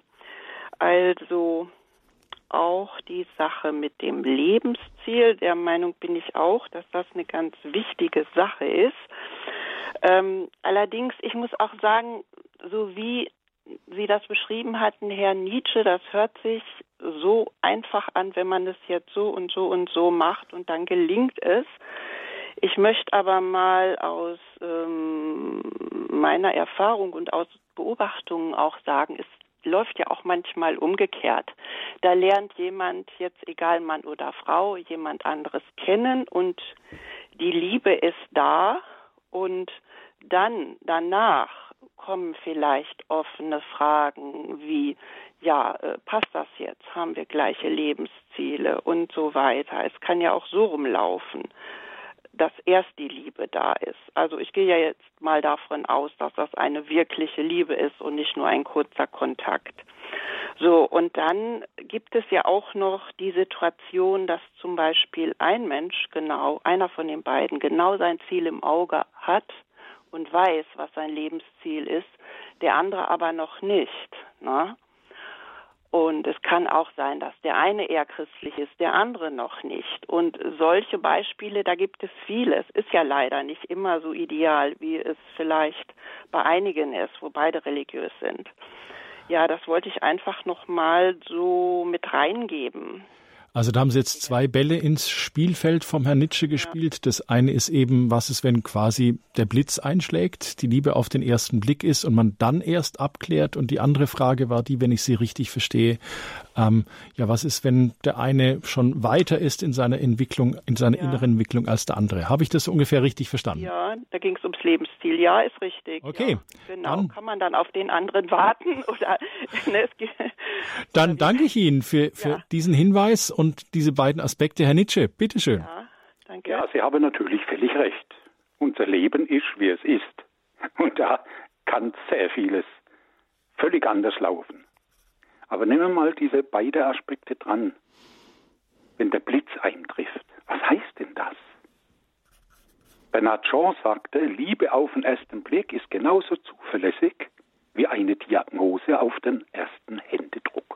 Also auch die Sache mit dem Lebensziel, der Meinung bin ich auch, dass das eine ganz wichtige Sache ist. Ähm, allerdings, ich muss auch sagen, so wie Sie das beschrieben hatten, Herr Nitsche, das hört sich so einfach an, wenn man es jetzt so und so und so macht und dann gelingt es. Ich möchte aber mal aus ähm, meiner Erfahrung und aus Beobachtungen auch sagen, es läuft ja auch manchmal umgekehrt. Da lernt jemand, jetzt egal Mann oder Frau, jemand anderes kennen und die Liebe ist da und dann danach kommen vielleicht offene Fragen wie, ja, äh, passt das jetzt? Haben wir gleiche Lebensziele und so weiter. Es kann ja auch so rumlaufen, dass erst die Liebe da ist. Also ich gehe ja jetzt mal davon aus, dass das eine wirkliche Liebe ist und nicht nur ein kurzer Kontakt. So, und dann gibt es ja auch noch die Situation, dass zum Beispiel ein Mensch genau, einer von den beiden, genau sein Ziel im Auge hat und weiß, was sein Lebensziel ist, der andere aber noch nicht. Ne? Und es kann auch sein, dass der eine eher christlich ist, der andere noch nicht. Und solche Beispiele, da gibt es viele. Es ist ja leider nicht immer so ideal, wie es vielleicht bei einigen ist, wo beide religiös sind. Ja, das wollte ich einfach noch mal so mit reingeben. Also da haben Sie jetzt zwei Bälle ins Spielfeld vom Herrn Nitsche gespielt. Ja. Das eine ist eben, was ist, wenn quasi der Blitz einschlägt, die Liebe auf den ersten Blick ist und man dann erst abklärt. Und die andere Frage war die, wenn ich sie richtig verstehe, ähm, ja, was ist, wenn der eine schon weiter ist in seiner Entwicklung, in seiner ja. inneren Entwicklung als der andere? Habe ich das ungefähr richtig verstanden? Ja, da ging es ums Lebensstil. Ja, ist richtig. Okay. Ja, genau. Dann, kann man dann auf den anderen warten? Oder, ne, es geht, dann danke ich Ihnen für, für ja. diesen Hinweis und diese beiden Aspekte. Herr Nitsche, bitteschön. Ja, danke. Ja, Sie haben natürlich völlig recht. Unser Leben ist, wie es ist. Und da kann sehr vieles völlig anders laufen. Aber nehmen wir mal diese beiden Aspekte dran. Wenn der Blitz eintrifft, was heißt denn das? Bernard Shaw sagte, Liebe auf den ersten Blick ist genauso zuverlässig wie eine Diagnose auf den ersten Händedruck.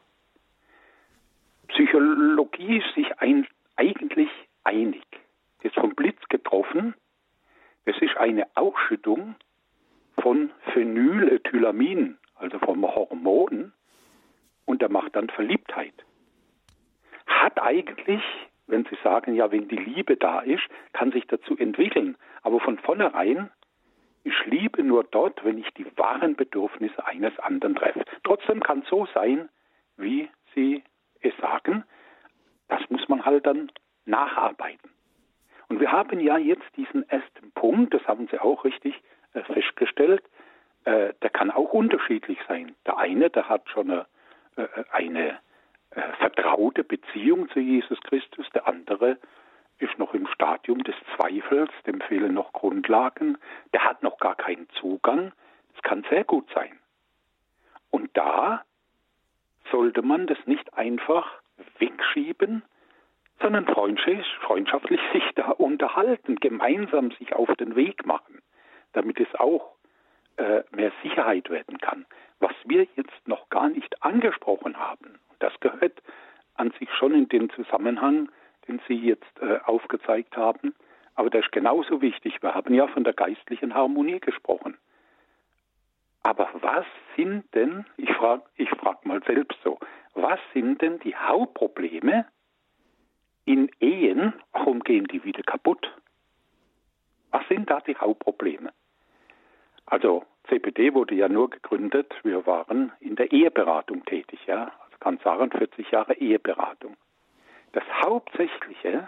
Psychologie ist sich ein, eigentlich einig. Das vom Blitz getroffen, das ist eine Ausschüttung von Phenylethylamin, also vom Hormon, und der macht dann Verliebtheit. Hat eigentlich, wenn Sie sagen, ja, wenn die Liebe da ist, kann sich dazu entwickeln. Aber von vornherein ist Liebe nur dort, wenn ich die wahren Bedürfnisse eines anderen treffe. Trotzdem kann es so sein, wie Sie es sagen. Das muss man halt dann nacharbeiten. Und wir haben ja jetzt diesen ersten Punkt, das haben Sie auch richtig äh, festgestellt, äh, der kann auch unterschiedlich sein. Der eine, der hat schon eine, äh, eine äh, vertraute Beziehung zu Jesus Christus, der andere ist noch im Stadium des Zweifels, dem fehlen noch Grundlagen, der hat noch gar keinen Zugang. Das kann sehr gut sein. Und da sollte man das nicht einfach wegschieben, sondern freundschaftlich sich da unterhalten, gemeinsam sich auf den Weg machen, damit es auch äh, mehr Sicherheit werden kann. Was wir jetzt noch gar nicht angesprochen haben, und das gehört an sich schon in den Zusammenhang, den Sie jetzt äh, aufgezeigt haben, aber das ist genauso wichtig. Wir haben ja von der geistlichen Harmonie gesprochen. Aber was sind denn, ich frage ich frag mal selbst so, was sind denn die Hauptprobleme in Ehen? Warum gehen die wieder kaputt? Was sind da die Hauptprobleme? Also C P D wurde ja nur gegründet, wir waren in der Eheberatung tätig, ja, also kann sagen vierzig Jahre Eheberatung. Das Hauptsächliche,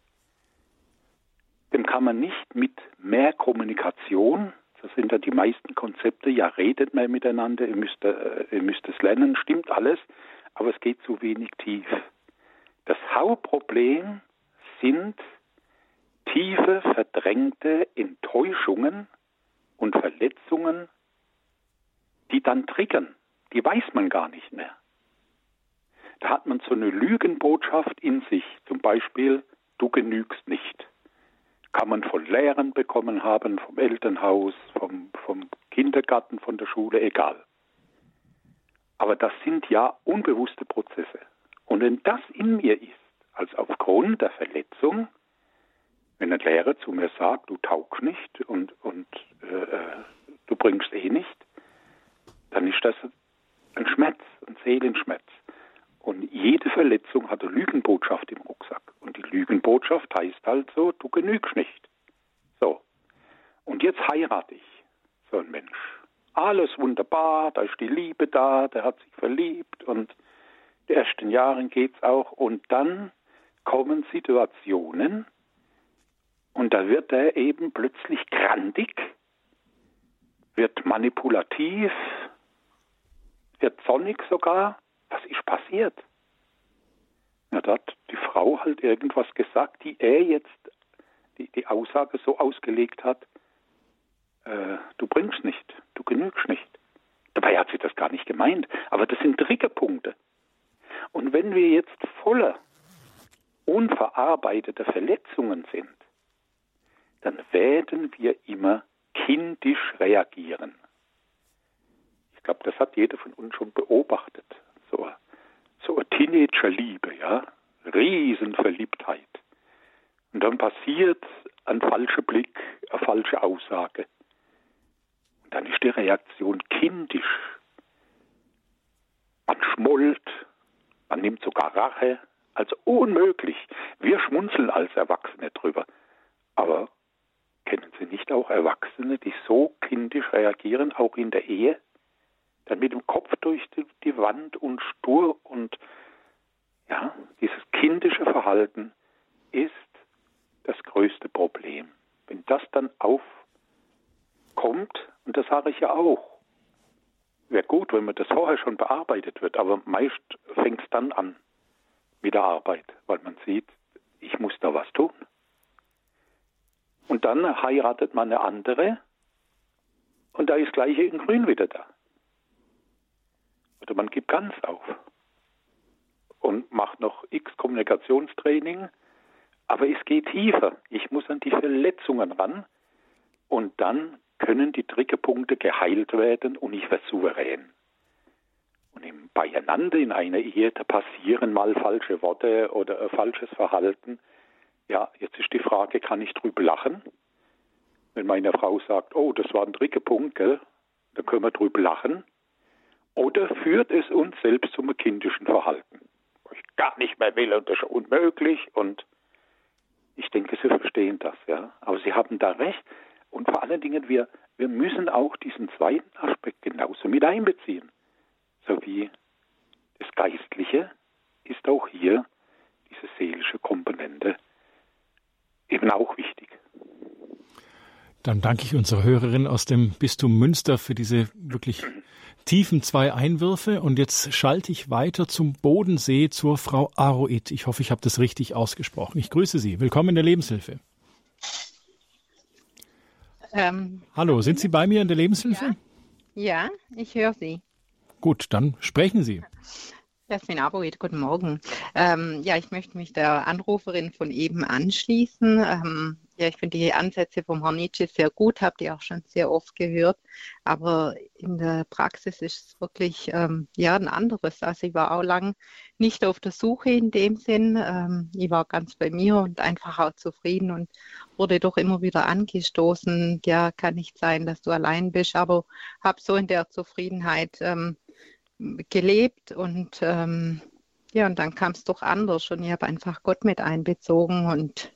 dem kann man nicht mit mehr Kommunikation, das sind ja die meisten Konzepte, ja, redet mehr miteinander, ihr müsst, äh, ihr müsst es lernen, stimmt alles, aber es geht zu wenig tief. Das Hauptproblem sind tiefe, verdrängte Enttäuschungen und Verletzungen, die dann triggern. Die weiß man gar nicht mehr. Da hat man so eine Lügenbotschaft in sich, zum Beispiel, du genügst nicht. Kann man von Lehrern bekommen haben, vom Elternhaus, vom, vom Kindergarten, von der Schule, egal. Aber das sind ja unbewusste Prozesse. Und wenn das in mir ist, als aufgrund der Verletzung, wenn ein Lehrer zu mir sagt, du taugst nicht und, und äh, du bringst eh nicht, dann ist das ein Schmerz, ein Seelenschmerz. Und jede Verletzung hat eine Lügenbotschaft im Rucksack. Und die Lügenbotschaft heißt halt so, du genügst nicht. So. Und jetzt heirate ich so ein Mensch. Alles wunderbar, da ist die Liebe da, der hat sich verliebt und in den ersten Jahren geht's auch. Und dann kommen Situationen und da wird er eben plötzlich grantig, wird manipulativ, wird zornig sogar. Was ist passiert? Ja, da hat die Frau halt irgendwas gesagt, die er jetzt, die, die Aussage so ausgelegt hat, äh, du bringst nicht, du genügst nicht. Dabei hat sie das gar nicht gemeint, aber das sind Triggerpunkte. Und wenn wir jetzt voller unverarbeiteter Verletzungen sind, dann werden wir immer kindisch reagieren. Ich glaube, das hat jeder von uns schon beobachtet. So Teenagerliebe, ja, Riesenverliebtheit. Und dann passiert ein falscher Blick, eine falsche Aussage. Und dann ist die Reaktion kindisch. Man schmollt, man nimmt sogar Rache, also unmöglich. Wir schmunzeln als Erwachsene drüber. Aber kennen Sie nicht auch Erwachsene, die so kindisch reagieren, auch in der Ehe? Dann mit dem Kopf durch die, die Wand und stur und ja, dieses kindische Verhalten ist das größte Problem. Wenn das dann aufkommt, und das sage ich ja auch, wäre gut, wenn man das vorher schon bearbeitet wird, aber meist fängt es dann an mit der Arbeit, weil man sieht, ich muss da was tun. Und dann heiratet man eine andere und da ist das Gleiche in Grün wieder da. Oder man gibt ganz auf und macht noch x Kommunikationstraining, aber es geht tiefer. Ich muss an die Verletzungen ran und dann können die Triggerpunkte geheilt werden und ich werde souverän. Und im Beieinander in einer Ehe, da passieren mal falsche Worte oder äh, falsches Verhalten. Ja, jetzt ist die Frage, kann ich drüber lachen? Wenn meine Frau sagt, oh, das war ein Triggerpunkt, gell? Dann können wir drüber lachen. Oder führt es uns selbst zum kindischen Verhalten? Wo ich gar nicht mehr will und das ist unmöglich. Und ich denke, Sie verstehen das, ja. Aber Sie haben da recht. Und vor allen Dingen, wir, wir müssen auch diesen zweiten Aspekt genauso mit einbeziehen. So wie das Geistliche ist auch hier diese seelische Komponente eben auch wichtig. Dann danke ich unserer Hörerin aus dem Bistum Münster für diese wirklich tiefen zwei Einwürfe. Und jetzt schalte ich weiter zum Bodensee zur Frau Aroit. Ich hoffe, ich habe das richtig ausgesprochen. Ich grüße Sie. Willkommen in der Lebenshilfe. Ähm, Hallo, sind Sie bei mir in der Lebenshilfe? Ja, ja, ich höre Sie. Gut, dann sprechen Sie. Jasmin Aroit, guten Morgen. Ähm, ja, ich möchte mich der Anruferin von eben anschließen. Ähm, ja, ich finde die Ansätze vom Herrn Nitsche sehr gut, habe die auch schon sehr oft gehört. Aber in der Praxis ist es wirklich ähm, ja, ein anderes. Also ich war auch lang nicht auf der Suche in dem Sinn. Ähm, ich war ganz bei mir und einfach auch zufrieden und wurde doch immer wieder angestoßen. Ja, kann nicht sein, dass du allein bist, aber habe so in der Zufriedenheit ähm, gelebt und ähm, ja, und dann kam es doch anders und ich habe einfach Gott mit einbezogen. Und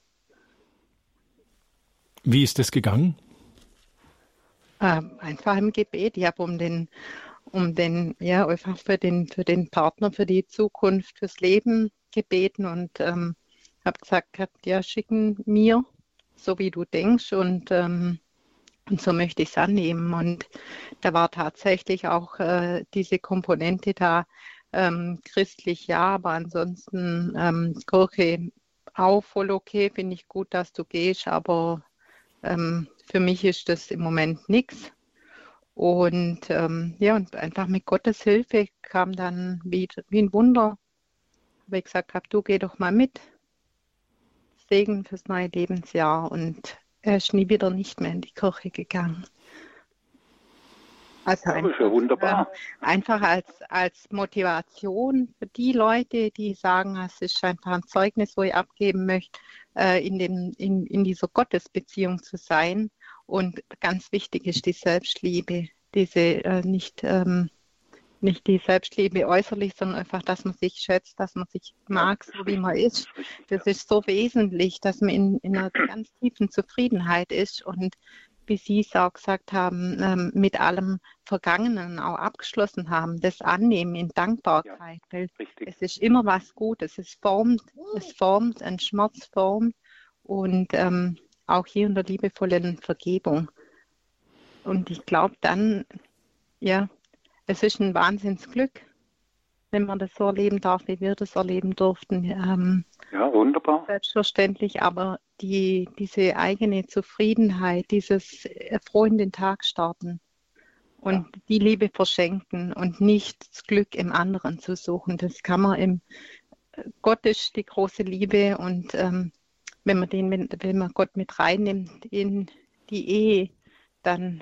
wie ist das gegangen? Äh, einfach im Gebet. Ich habe um den, um den, ja, einfach für den, für den Partner, für die Zukunft, fürs Leben gebeten und ähm, habe gesagt, ja, schicken mir, so wie du denkst und ähm, Und so möchte ich es annehmen. Und da war tatsächlich auch äh, diese Komponente da, ähm, christlich ja, aber ansonsten ähm, Kirche auch voll okay, finde ich gut, dass du gehst, aber ähm, für mich ist das im Moment nichts. Und ähm, ja, und einfach mit Gottes Hilfe kam dann wie, wie ein Wunder, habe ich gesagt, hab, du geh doch mal mit. Segen fürs neue Lebensjahr. Und er ist nie wieder nicht mehr in die Kirche gegangen. Also ja, einfach, ist ja wunderbar. Äh, einfach als, als Motivation für die Leute, die sagen, es ist einfach ein Zeugnis, wo ich abgeben möchte, äh, in, dem, in, in dieser Gottesbeziehung zu sein. Und ganz wichtig ist die Selbstliebe, diese äh, nicht, ähm, nicht die Selbstliebe äußerlich, sondern einfach, dass man sich schätzt, dass man sich mag, so wie man ist. Das ist so wesentlich, dass man in, in einer ganz tiefen Zufriedenheit ist und wie Sie es auch gesagt haben, ähm, mit allem Vergangenen auch abgeschlossen haben, das Annehmen in Dankbarkeit, ja, weil richtig. Es ist immer was Gutes, es formt, es formt, ein Schmerz formt und ähm, auch hier in der liebevollen Vergebung. Und ich glaube dann, ja, es ist ein Wahnsinnsglück, wenn man das so erleben darf, wie wir das erleben durften. Ähm, ja, wunderbar. Selbstverständlich, aber die, diese eigene Zufriedenheit, dieses froh in den Tag starten und ja. die Liebe verschenken und nicht das Glück im anderen zu suchen, das kann man im Gott ist die große Liebe und ähm, wenn man den, wenn man Gott mit reinnimmt in die Ehe, dann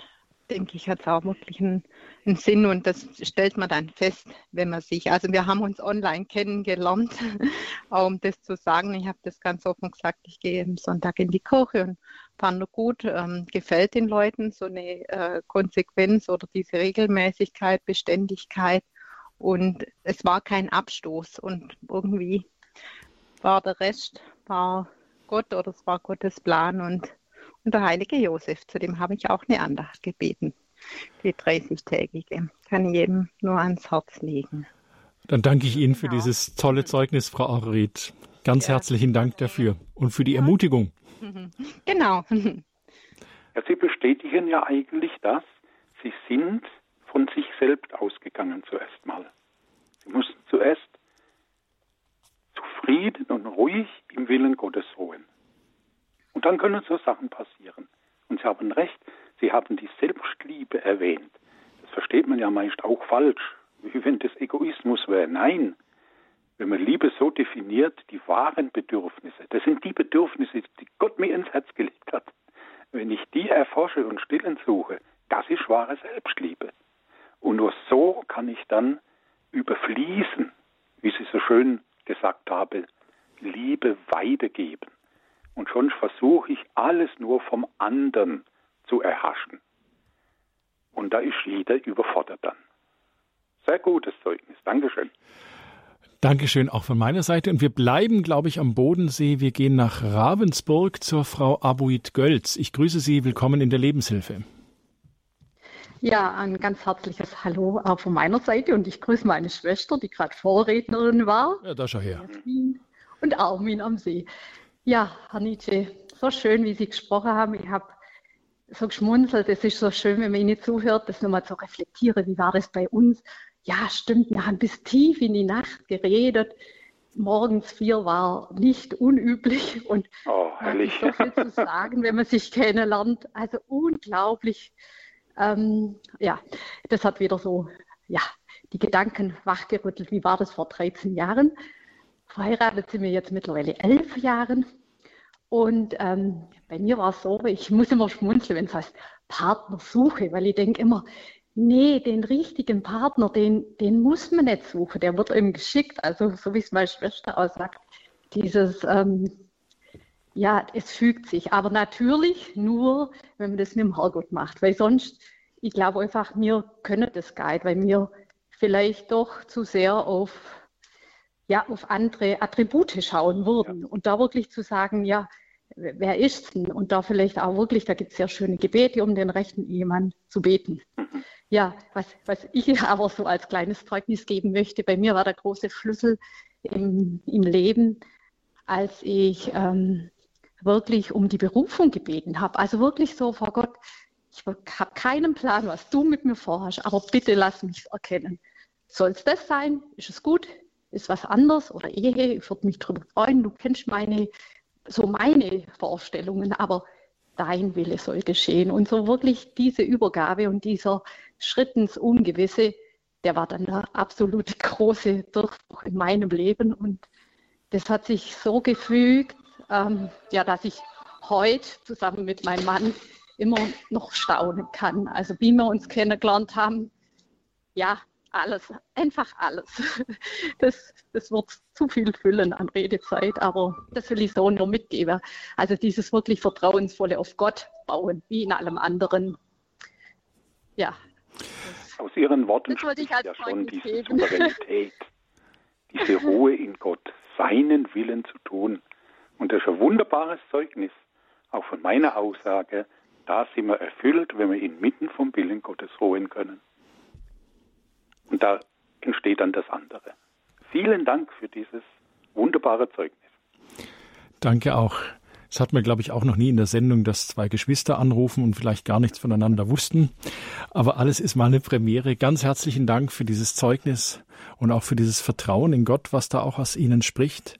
denke ich, hat es auch wirklich einen, einen Sinn und das stellt man dann fest, wenn man sich, also wir haben uns online kennengelernt, auch um das zu sagen, ich habe das ganz offen gesagt, ich gehe am Sonntag in die Kirche und fand gut, ähm, gefällt den Leuten so eine äh, Konsequenz oder diese Regelmäßigkeit, Beständigkeit und es war kein Abstoß und irgendwie war der Rest, war Gott oder es war Gottes Plan und Und der heilige Josef, zu dem habe ich auch eine Andacht gebeten, die dreißigtägige. Kann ich jedem nur ans Herz legen. Dann danke ich Ihnen für Genau. dieses tolle Zeugnis, Frau Aureth. Ganz Ja. herzlichen Dank dafür und für die Ermutigung. Genau. Ja, Sie bestätigen ja eigentlich das, Sie sind von sich selbst ausgegangen zuerst mal. Sie mussten zuerst zufrieden und ruhig im Willen Gottes ruhen. Und dann können so Sachen passieren. Und Sie haben recht, Sie haben die Selbstliebe erwähnt. Das versteht man ja meist auch falsch, wie wenn das Egoismus wäre. Nein, wenn man Liebe so definiert, die wahren Bedürfnisse, das sind die Bedürfnisse, die Gott mir ins Herz gelegt hat. Wenn ich die erforsche und stillen suche, das ist wahre Selbstliebe. Und nur so kann ich dann überfließen, wie Sie so schön gesagt haben, Liebe weitergeben. Und schon versuche ich alles nur vom anderen zu erhaschen. Und da ist jeder überfordert dann. Sehr gutes Zeugnis. Dankeschön. Dankeschön auch von meiner Seite. Und wir bleiben, glaube ich, am Bodensee. Wir gehen nach Ravensburg zur Frau Abuid Gölz. Ich grüße Sie. Willkommen in der Lebenshilfe. Ja, ein ganz herzliches Hallo auch von meiner Seite. Und ich grüße meine Schwester, die gerade Vorrednerin war. Ja, da schau her. Jasmin und Armin am See. Ja, Herr Nietzsche, so schön, wie Sie gesprochen haben. Ich habe so geschmunzelt. Es ist so schön, wenn man Ihnen zuhört, das nochmal zu reflektieren. Wie war das bei uns? Ja, stimmt, wir haben bis tief in die Nacht geredet. Morgens vier war nicht unüblich und Oh, man herrlich. hat so viel zu sagen, wenn man sich kennenlernt. Also unglaublich. Ähm, ja, das hat wieder so, ja, die Gedanken wachgerüttelt. Wie war das vor dreizehn Jahren? Verheiratet sind wir jetzt mittlerweile elf Jahren. Und ähm, bei mir war es so, ich muss immer schmunzeln, wenn es heißt Partnersuche, weil ich denke immer, nee, den richtigen Partner, den, den muss man nicht suchen, der wird einem geschickt. Also so wie es meine Schwester auch sagt, dieses, ähm, ja, es fügt sich. Aber natürlich nur, wenn man das mit dem Herrgott macht, weil sonst, ich glaube einfach, wir können das gar nicht, weil wir vielleicht doch zu sehr auf ja, auf andere Attribute schauen würden. Ja. Und da wirklich zu sagen, ja, wer ist denn? Und da vielleicht auch wirklich, da gibt es sehr schöne Gebete, um den rechten Ehemann zu beten. Mhm. Ja, was, was ich aber so als kleines Zeugnis geben möchte, bei mir war der große Schlüssel im, im Leben, als ich ähm, wirklich um die Berufung gebeten habe. Also wirklich so, vor Gott, ich habe keinen Plan, was du mit mir vorhast, aber bitte lass mich erkennen. Soll es das sein? Ist es gut? Ist was anderes oder Ehe, ich würde mich darüber freuen, du kennst meine, so meine Vorstellungen, aber dein Wille soll geschehen. Und so wirklich diese Übergabe und dieser Schritt ins Ungewisse, der war dann der absolute große Durchbruch in meinem Leben. Und das hat sich so gefügt, ähm, ja, dass ich heute zusammen mit meinem Mann immer noch staunen kann. Also wie wir uns kennengelernt haben, ja, alles, einfach alles. Das, das wird zu viel füllen an Redezeit, aber das will ich so nur mitgeben. Also dieses wirklich Vertrauensvolle auf Gott bauen, wie in allem anderen. Ja. Aus Ihren Worten das wollte ich spricht als ja schon Zeugnis diese geben. Souveränität, diese Ruhe in Gott, seinen Willen zu tun. Und das ist ein wunderbares Zeugnis, auch von meiner Aussage, da sind wir erfüllt, wenn wir inmitten vom Willen Gottes ruhen können. Und da entsteht dann das andere. Vielen Dank für dieses wunderbare Zeugnis. Danke auch. Es hat mir, glaube ich, auch noch nie in der Sendung, dass zwei Geschwister anrufen und vielleicht gar nichts voneinander wussten. Aber alles ist mal eine Premiere. Ganz herzlichen Dank für dieses Zeugnis und auch für dieses Vertrauen in Gott, was da auch aus Ihnen spricht.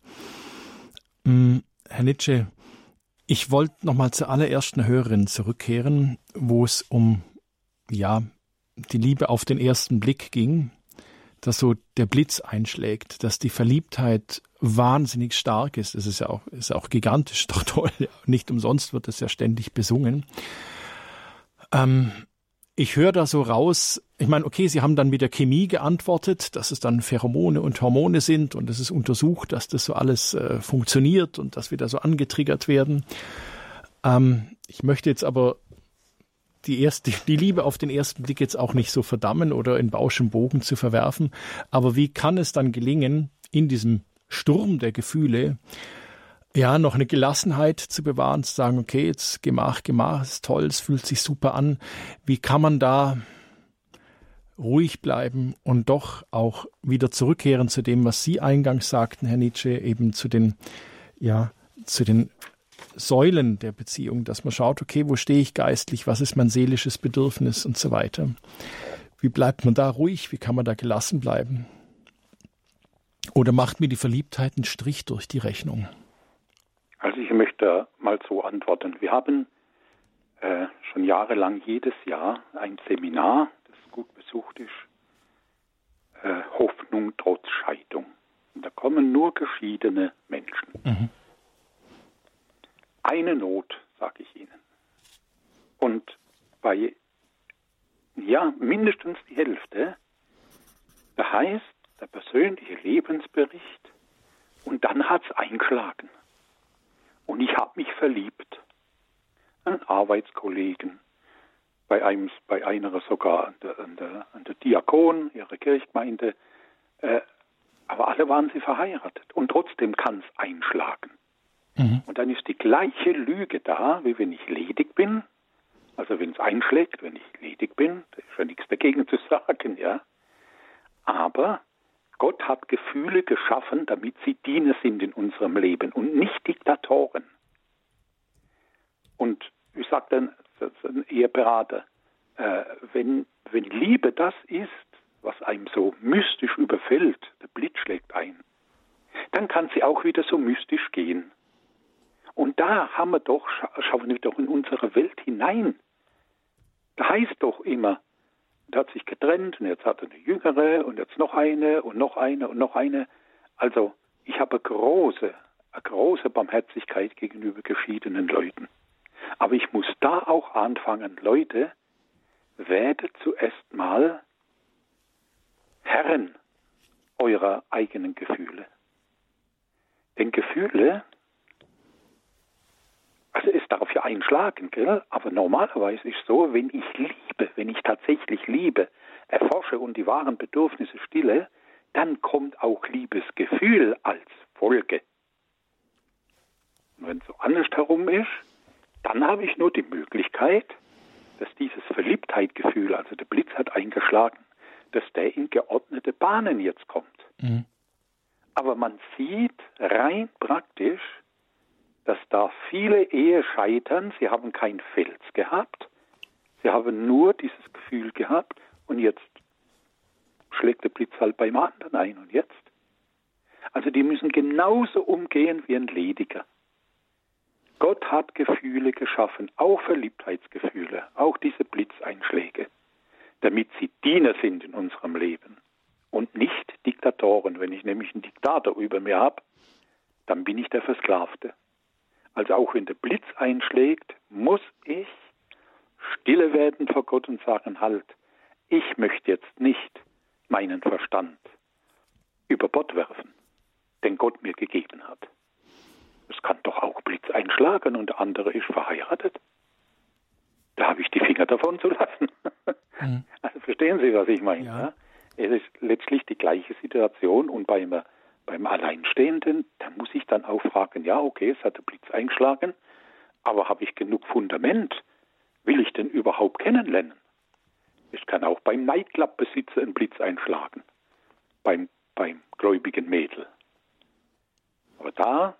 Hm, Herr Nietzsche, ich wollte noch mal zur allerersten Hörerin zurückkehren, wo es um, ja, die Liebe auf den ersten Blick ging, dass so der Blitz einschlägt, dass die Verliebtheit wahnsinnig stark ist. Das ist ja auch, ist auch gigantisch, doch toll. Nicht umsonst wird das ja ständig besungen. Ähm, ich höre da so raus, ich meine, okay, Sie haben dann mit der Chemie geantwortet, dass es dann Pheromone und Hormone sind und es ist untersucht, dass das so alles äh, funktioniert und dass wir da so angetriggert werden. Ähm, ich möchte jetzt aber die erste, die Liebe auf den ersten Blick jetzt auch nicht so verdammen oder in Bausch und Bogen zu verwerfen. Aber wie kann es dann gelingen, in diesem Sturm der Gefühle ja noch eine Gelassenheit zu bewahren, zu sagen, okay, jetzt Gemach, Gemach, ist toll, es fühlt sich super an. Wie kann man da ruhig bleiben und doch auch wieder zurückkehren zu dem, was Sie eingangs sagten, Herr Nitsche, eben zu den, ja, zu den Säulen der Beziehung, dass man schaut, okay, wo stehe ich geistlich, was ist mein seelisches Bedürfnis und so weiter. Wie bleibt man da ruhig, wie kann man da gelassen bleiben? Oder macht mir die Verliebtheit einen Strich durch die Rechnung? Also ich möchte mal so antworten. Wir haben äh, schon jahrelang jedes Jahr ein Seminar, das gut besucht ist, äh, Hoffnung trotz Scheidung. Und da kommen nur geschiedene Menschen. Mhm. Eine Not, sage ich Ihnen. Und bei, ja, mindestens die Hälfte, da heißt der persönliche Lebensbericht und dann hat es eingeschlagen. Und ich habe mich verliebt. Einen Arbeitskollegen, bei einem, bei einer sogar an der, an der, an der Diakon, ihrer Kirchgemeinde. Äh, aber alle waren sie verheiratet. Und trotzdem kann es einschlagen. Mhm. Und dann ist die gleiche Lüge da, wie wenn ich ledig bin. Also wenn es einschlägt, wenn ich ledig bin, da ist ja nichts dagegen zu sagen, ja. Aber Gott hat Gefühle geschaffen, damit sie Diener sind in unserem Leben und nicht Diktatoren. Und ich sage dann, das ist ein Eheberater, äh, wenn, wenn Liebe das ist, was einem so mystisch überfällt, der Blitz schlägt ein, dann kann sie auch wieder so mystisch gehen. Und da haben wir doch, schauen wir doch in unsere Welt hinein. Da heißt doch immer, der hat sich getrennt und jetzt hat er eine jüngere und jetzt noch eine und noch eine und noch eine. Also ich habe eine große, eine große Barmherzigkeit gegenüber geschiedenen Leuten. Aber ich muss da auch anfangen, Leute, werdet zuerst mal Herren eurer eigenen Gefühle. Denn Gefühle, also es darf ja einschlagen, gell? Aber normalerweise ist es so, wenn ich liebe, wenn ich tatsächlich liebe, erforsche und die wahren Bedürfnisse stille, dann kommt auch Liebesgefühl als Folge. Und wenn es so andersherum ist, dann habe ich nur die Möglichkeit, dass dieses Verliebtheitgefühl, also der Blitz hat eingeschlagen, dass der in geordnete Bahnen jetzt kommt. Mhm. Aber man sieht rein praktisch, dass da viele Ehen scheitern. Sie haben kein Fels gehabt. Sie haben nur dieses Gefühl gehabt. Und jetzt schlägt der Blitz halt beim anderen ein. Und jetzt? Also die müssen genauso umgehen wie ein Lediger. Gott hat Gefühle geschaffen, auch Verliebtheitsgefühle, auch diese Blitzeinschläge, damit sie Diener sind in unserem Leben und nicht Diktatoren. Wenn ich nämlich einen Diktator über mir habe, dann bin ich der Versklavte. Also auch wenn der Blitz einschlägt, muss ich stille werden vor Gott und sagen, halt, ich möchte jetzt nicht meinen Verstand über Bord werfen, den Gott mir gegeben hat. Es kann doch auch Blitz einschlagen und der andere ist verheiratet. Da habe ich die Finger davon zu lassen. Mhm. Also verstehen Sie, was ich meine? Ja. Es ist letztlich die gleiche Situation und beim, beim Alleinstehenden, da muss ich dann auch fragen, ja okay, es hat der Blitz eingeschlagen, aber habe ich genug Fundament? Will ich denn überhaupt kennenlernen? Es kann auch beim Nightclub-Besitzer ein Blitz einschlagen, beim, beim gläubigen Mädel. Aber da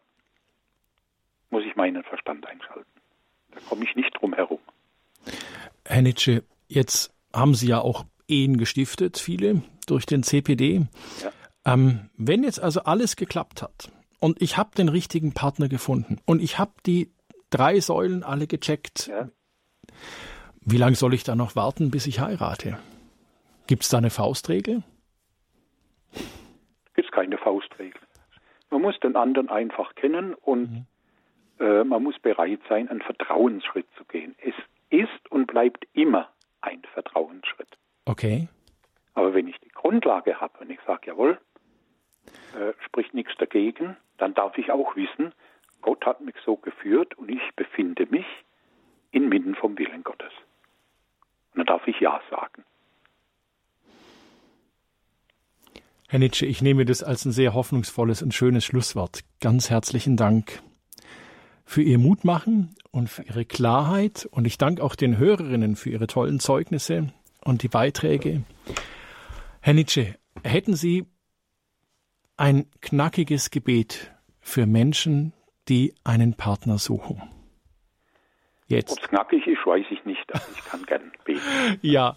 muss ich meinen Verstand einschalten. Da komme ich nicht drum herum. Herr Nitsche, jetzt haben Sie ja auch Ehen gestiftet, viele, durch den C P D. Ja. Ähm, wenn jetzt also alles geklappt hat und ich habe den richtigen Partner gefunden und ich habe die drei Säulen alle gecheckt, ja. Wie lange soll ich da noch warten, bis ich heirate? Gibt es da eine Faustregel? Es gibt keine Faustregel. Man muss den anderen einfach kennen und mhm. Man muss bereit sein, einen Vertrauensschritt zu gehen. Es ist und bleibt immer ein Vertrauensschritt. Okay. Aber wenn ich die Grundlage habe und ich sage, jawohl, äh, spricht nichts dagegen, dann darf ich auch wissen, Gott hat mich so geführt und ich befinde mich inmitten vom Willen Gottes. Und dann darf ich Ja sagen. Herr Nitsche, ich nehme das als ein sehr hoffnungsvolles und schönes Schlusswort. Ganz herzlichen Dank für Ihr Mutmachen und für Ihre Klarheit. Und ich danke auch den Hörerinnen für Ihre tollen Zeugnisse und die Beiträge. Herr Nitsche, hätten Sie ein knackiges Gebet für Menschen, die einen Partner suchen? Jetzt. Ob es knackig ist, weiß ich nicht, aber ich kann gern beten. Ja.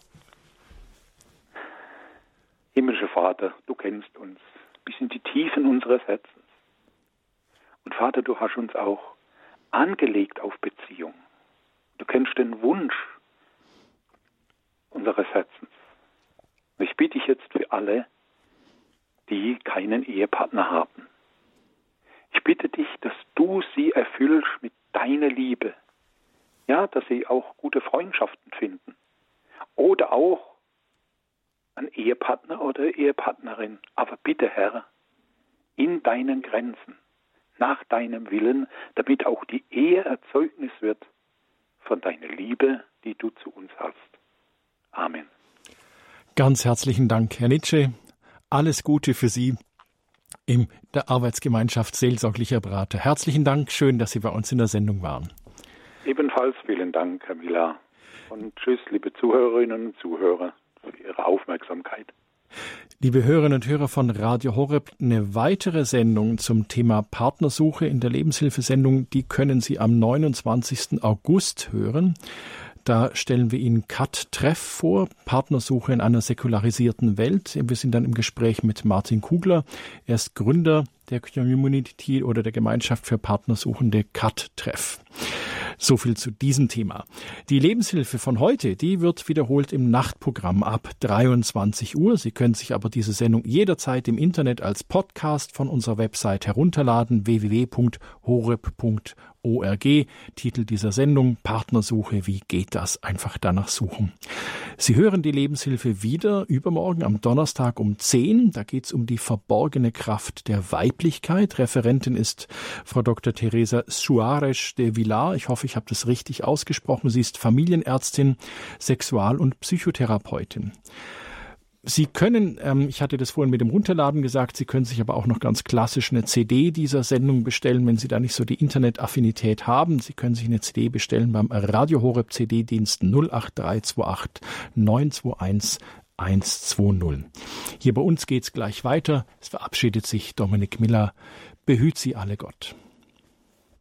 Himmlischer Vater, du kennst uns bis in die Tiefen unseres Herzens. Und Vater, du hast uns auch angelegt auf Beziehung. Du kennst den Wunsch unseres Herzens. Und ich bitte dich jetzt für alle, die keinen Ehepartner haben. Ich bitte dich, dass du sie erfüllst mit deiner Liebe. Ja, dass sie auch gute Freundschaften finden. Oder auch einen Ehepartner oder Ehepartnerin. Aber bitte, Herr, in deinen Grenzen, nach deinem Willen, damit auch die Ehe Erzeugnis wird von deiner Liebe, die du zu uns hast. Amen. Ganz herzlichen Dank, Herr Nitsche. Alles Gute für Sie in der Arbeitsgemeinschaft Seelsorglicher Berater. Herzlichen Dank, schön, dass Sie bei uns in der Sendung waren. Ebenfalls vielen Dank, Camilla. Und tschüss, liebe Zuhörerinnen und Zuhörer, für Ihre Aufmerksamkeit. Liebe Hörerinnen und Hörer von Radio Horeb, eine weitere Sendung zum Thema Partnersuche in der Lebenshilfesendung, die können Sie am neunundzwanzigsten August hören. Da stellen wir Ihnen Kat Treff vor, Partnersuche in einer säkularisierten Welt. Wir sind dann im Gespräch mit Martin Kugler. Er ist Gründer der Community oder der Gemeinschaft für Partnersuchende Kat Treff. So viel zu diesem Thema. Die Lebenshilfe von heute, die wird wiederholt im Nachtprogramm ab dreiundzwanzig Uhr. Sie können sich aber diese Sendung jederzeit im Internet als Podcast von unserer Website herunterladen, w w w punkt horeb punkt org. Titel dieser Sendung, Partnersuche, wie geht das? Einfach danach suchen. Sie hören die Lebenshilfe wieder übermorgen am Donnerstag um zehn. Da geht es um die verborgene Kraft der Weiblichkeit. Referentin ist Frau Doktor Teresa Suárez de Villar. Ich hoffe, ich habe das richtig ausgesprochen. Sie ist Familienärztin, Sexual- und Psychotherapeutin. Sie können, ähm, ich hatte das vorhin mit dem Runterladen gesagt, Sie können sich aber auch noch ganz klassisch eine C D dieser Sendung bestellen, wenn Sie da nicht so die Internetaffinität haben. Sie können sich eine C D bestellen beim Radio Horeb C D-Dienst null acht drei zwei acht neun zwei eins eins zwei null. Hier bei uns geht's gleich weiter. Es verabschiedet sich Dominik Miller. Behüt Sie alle Gott.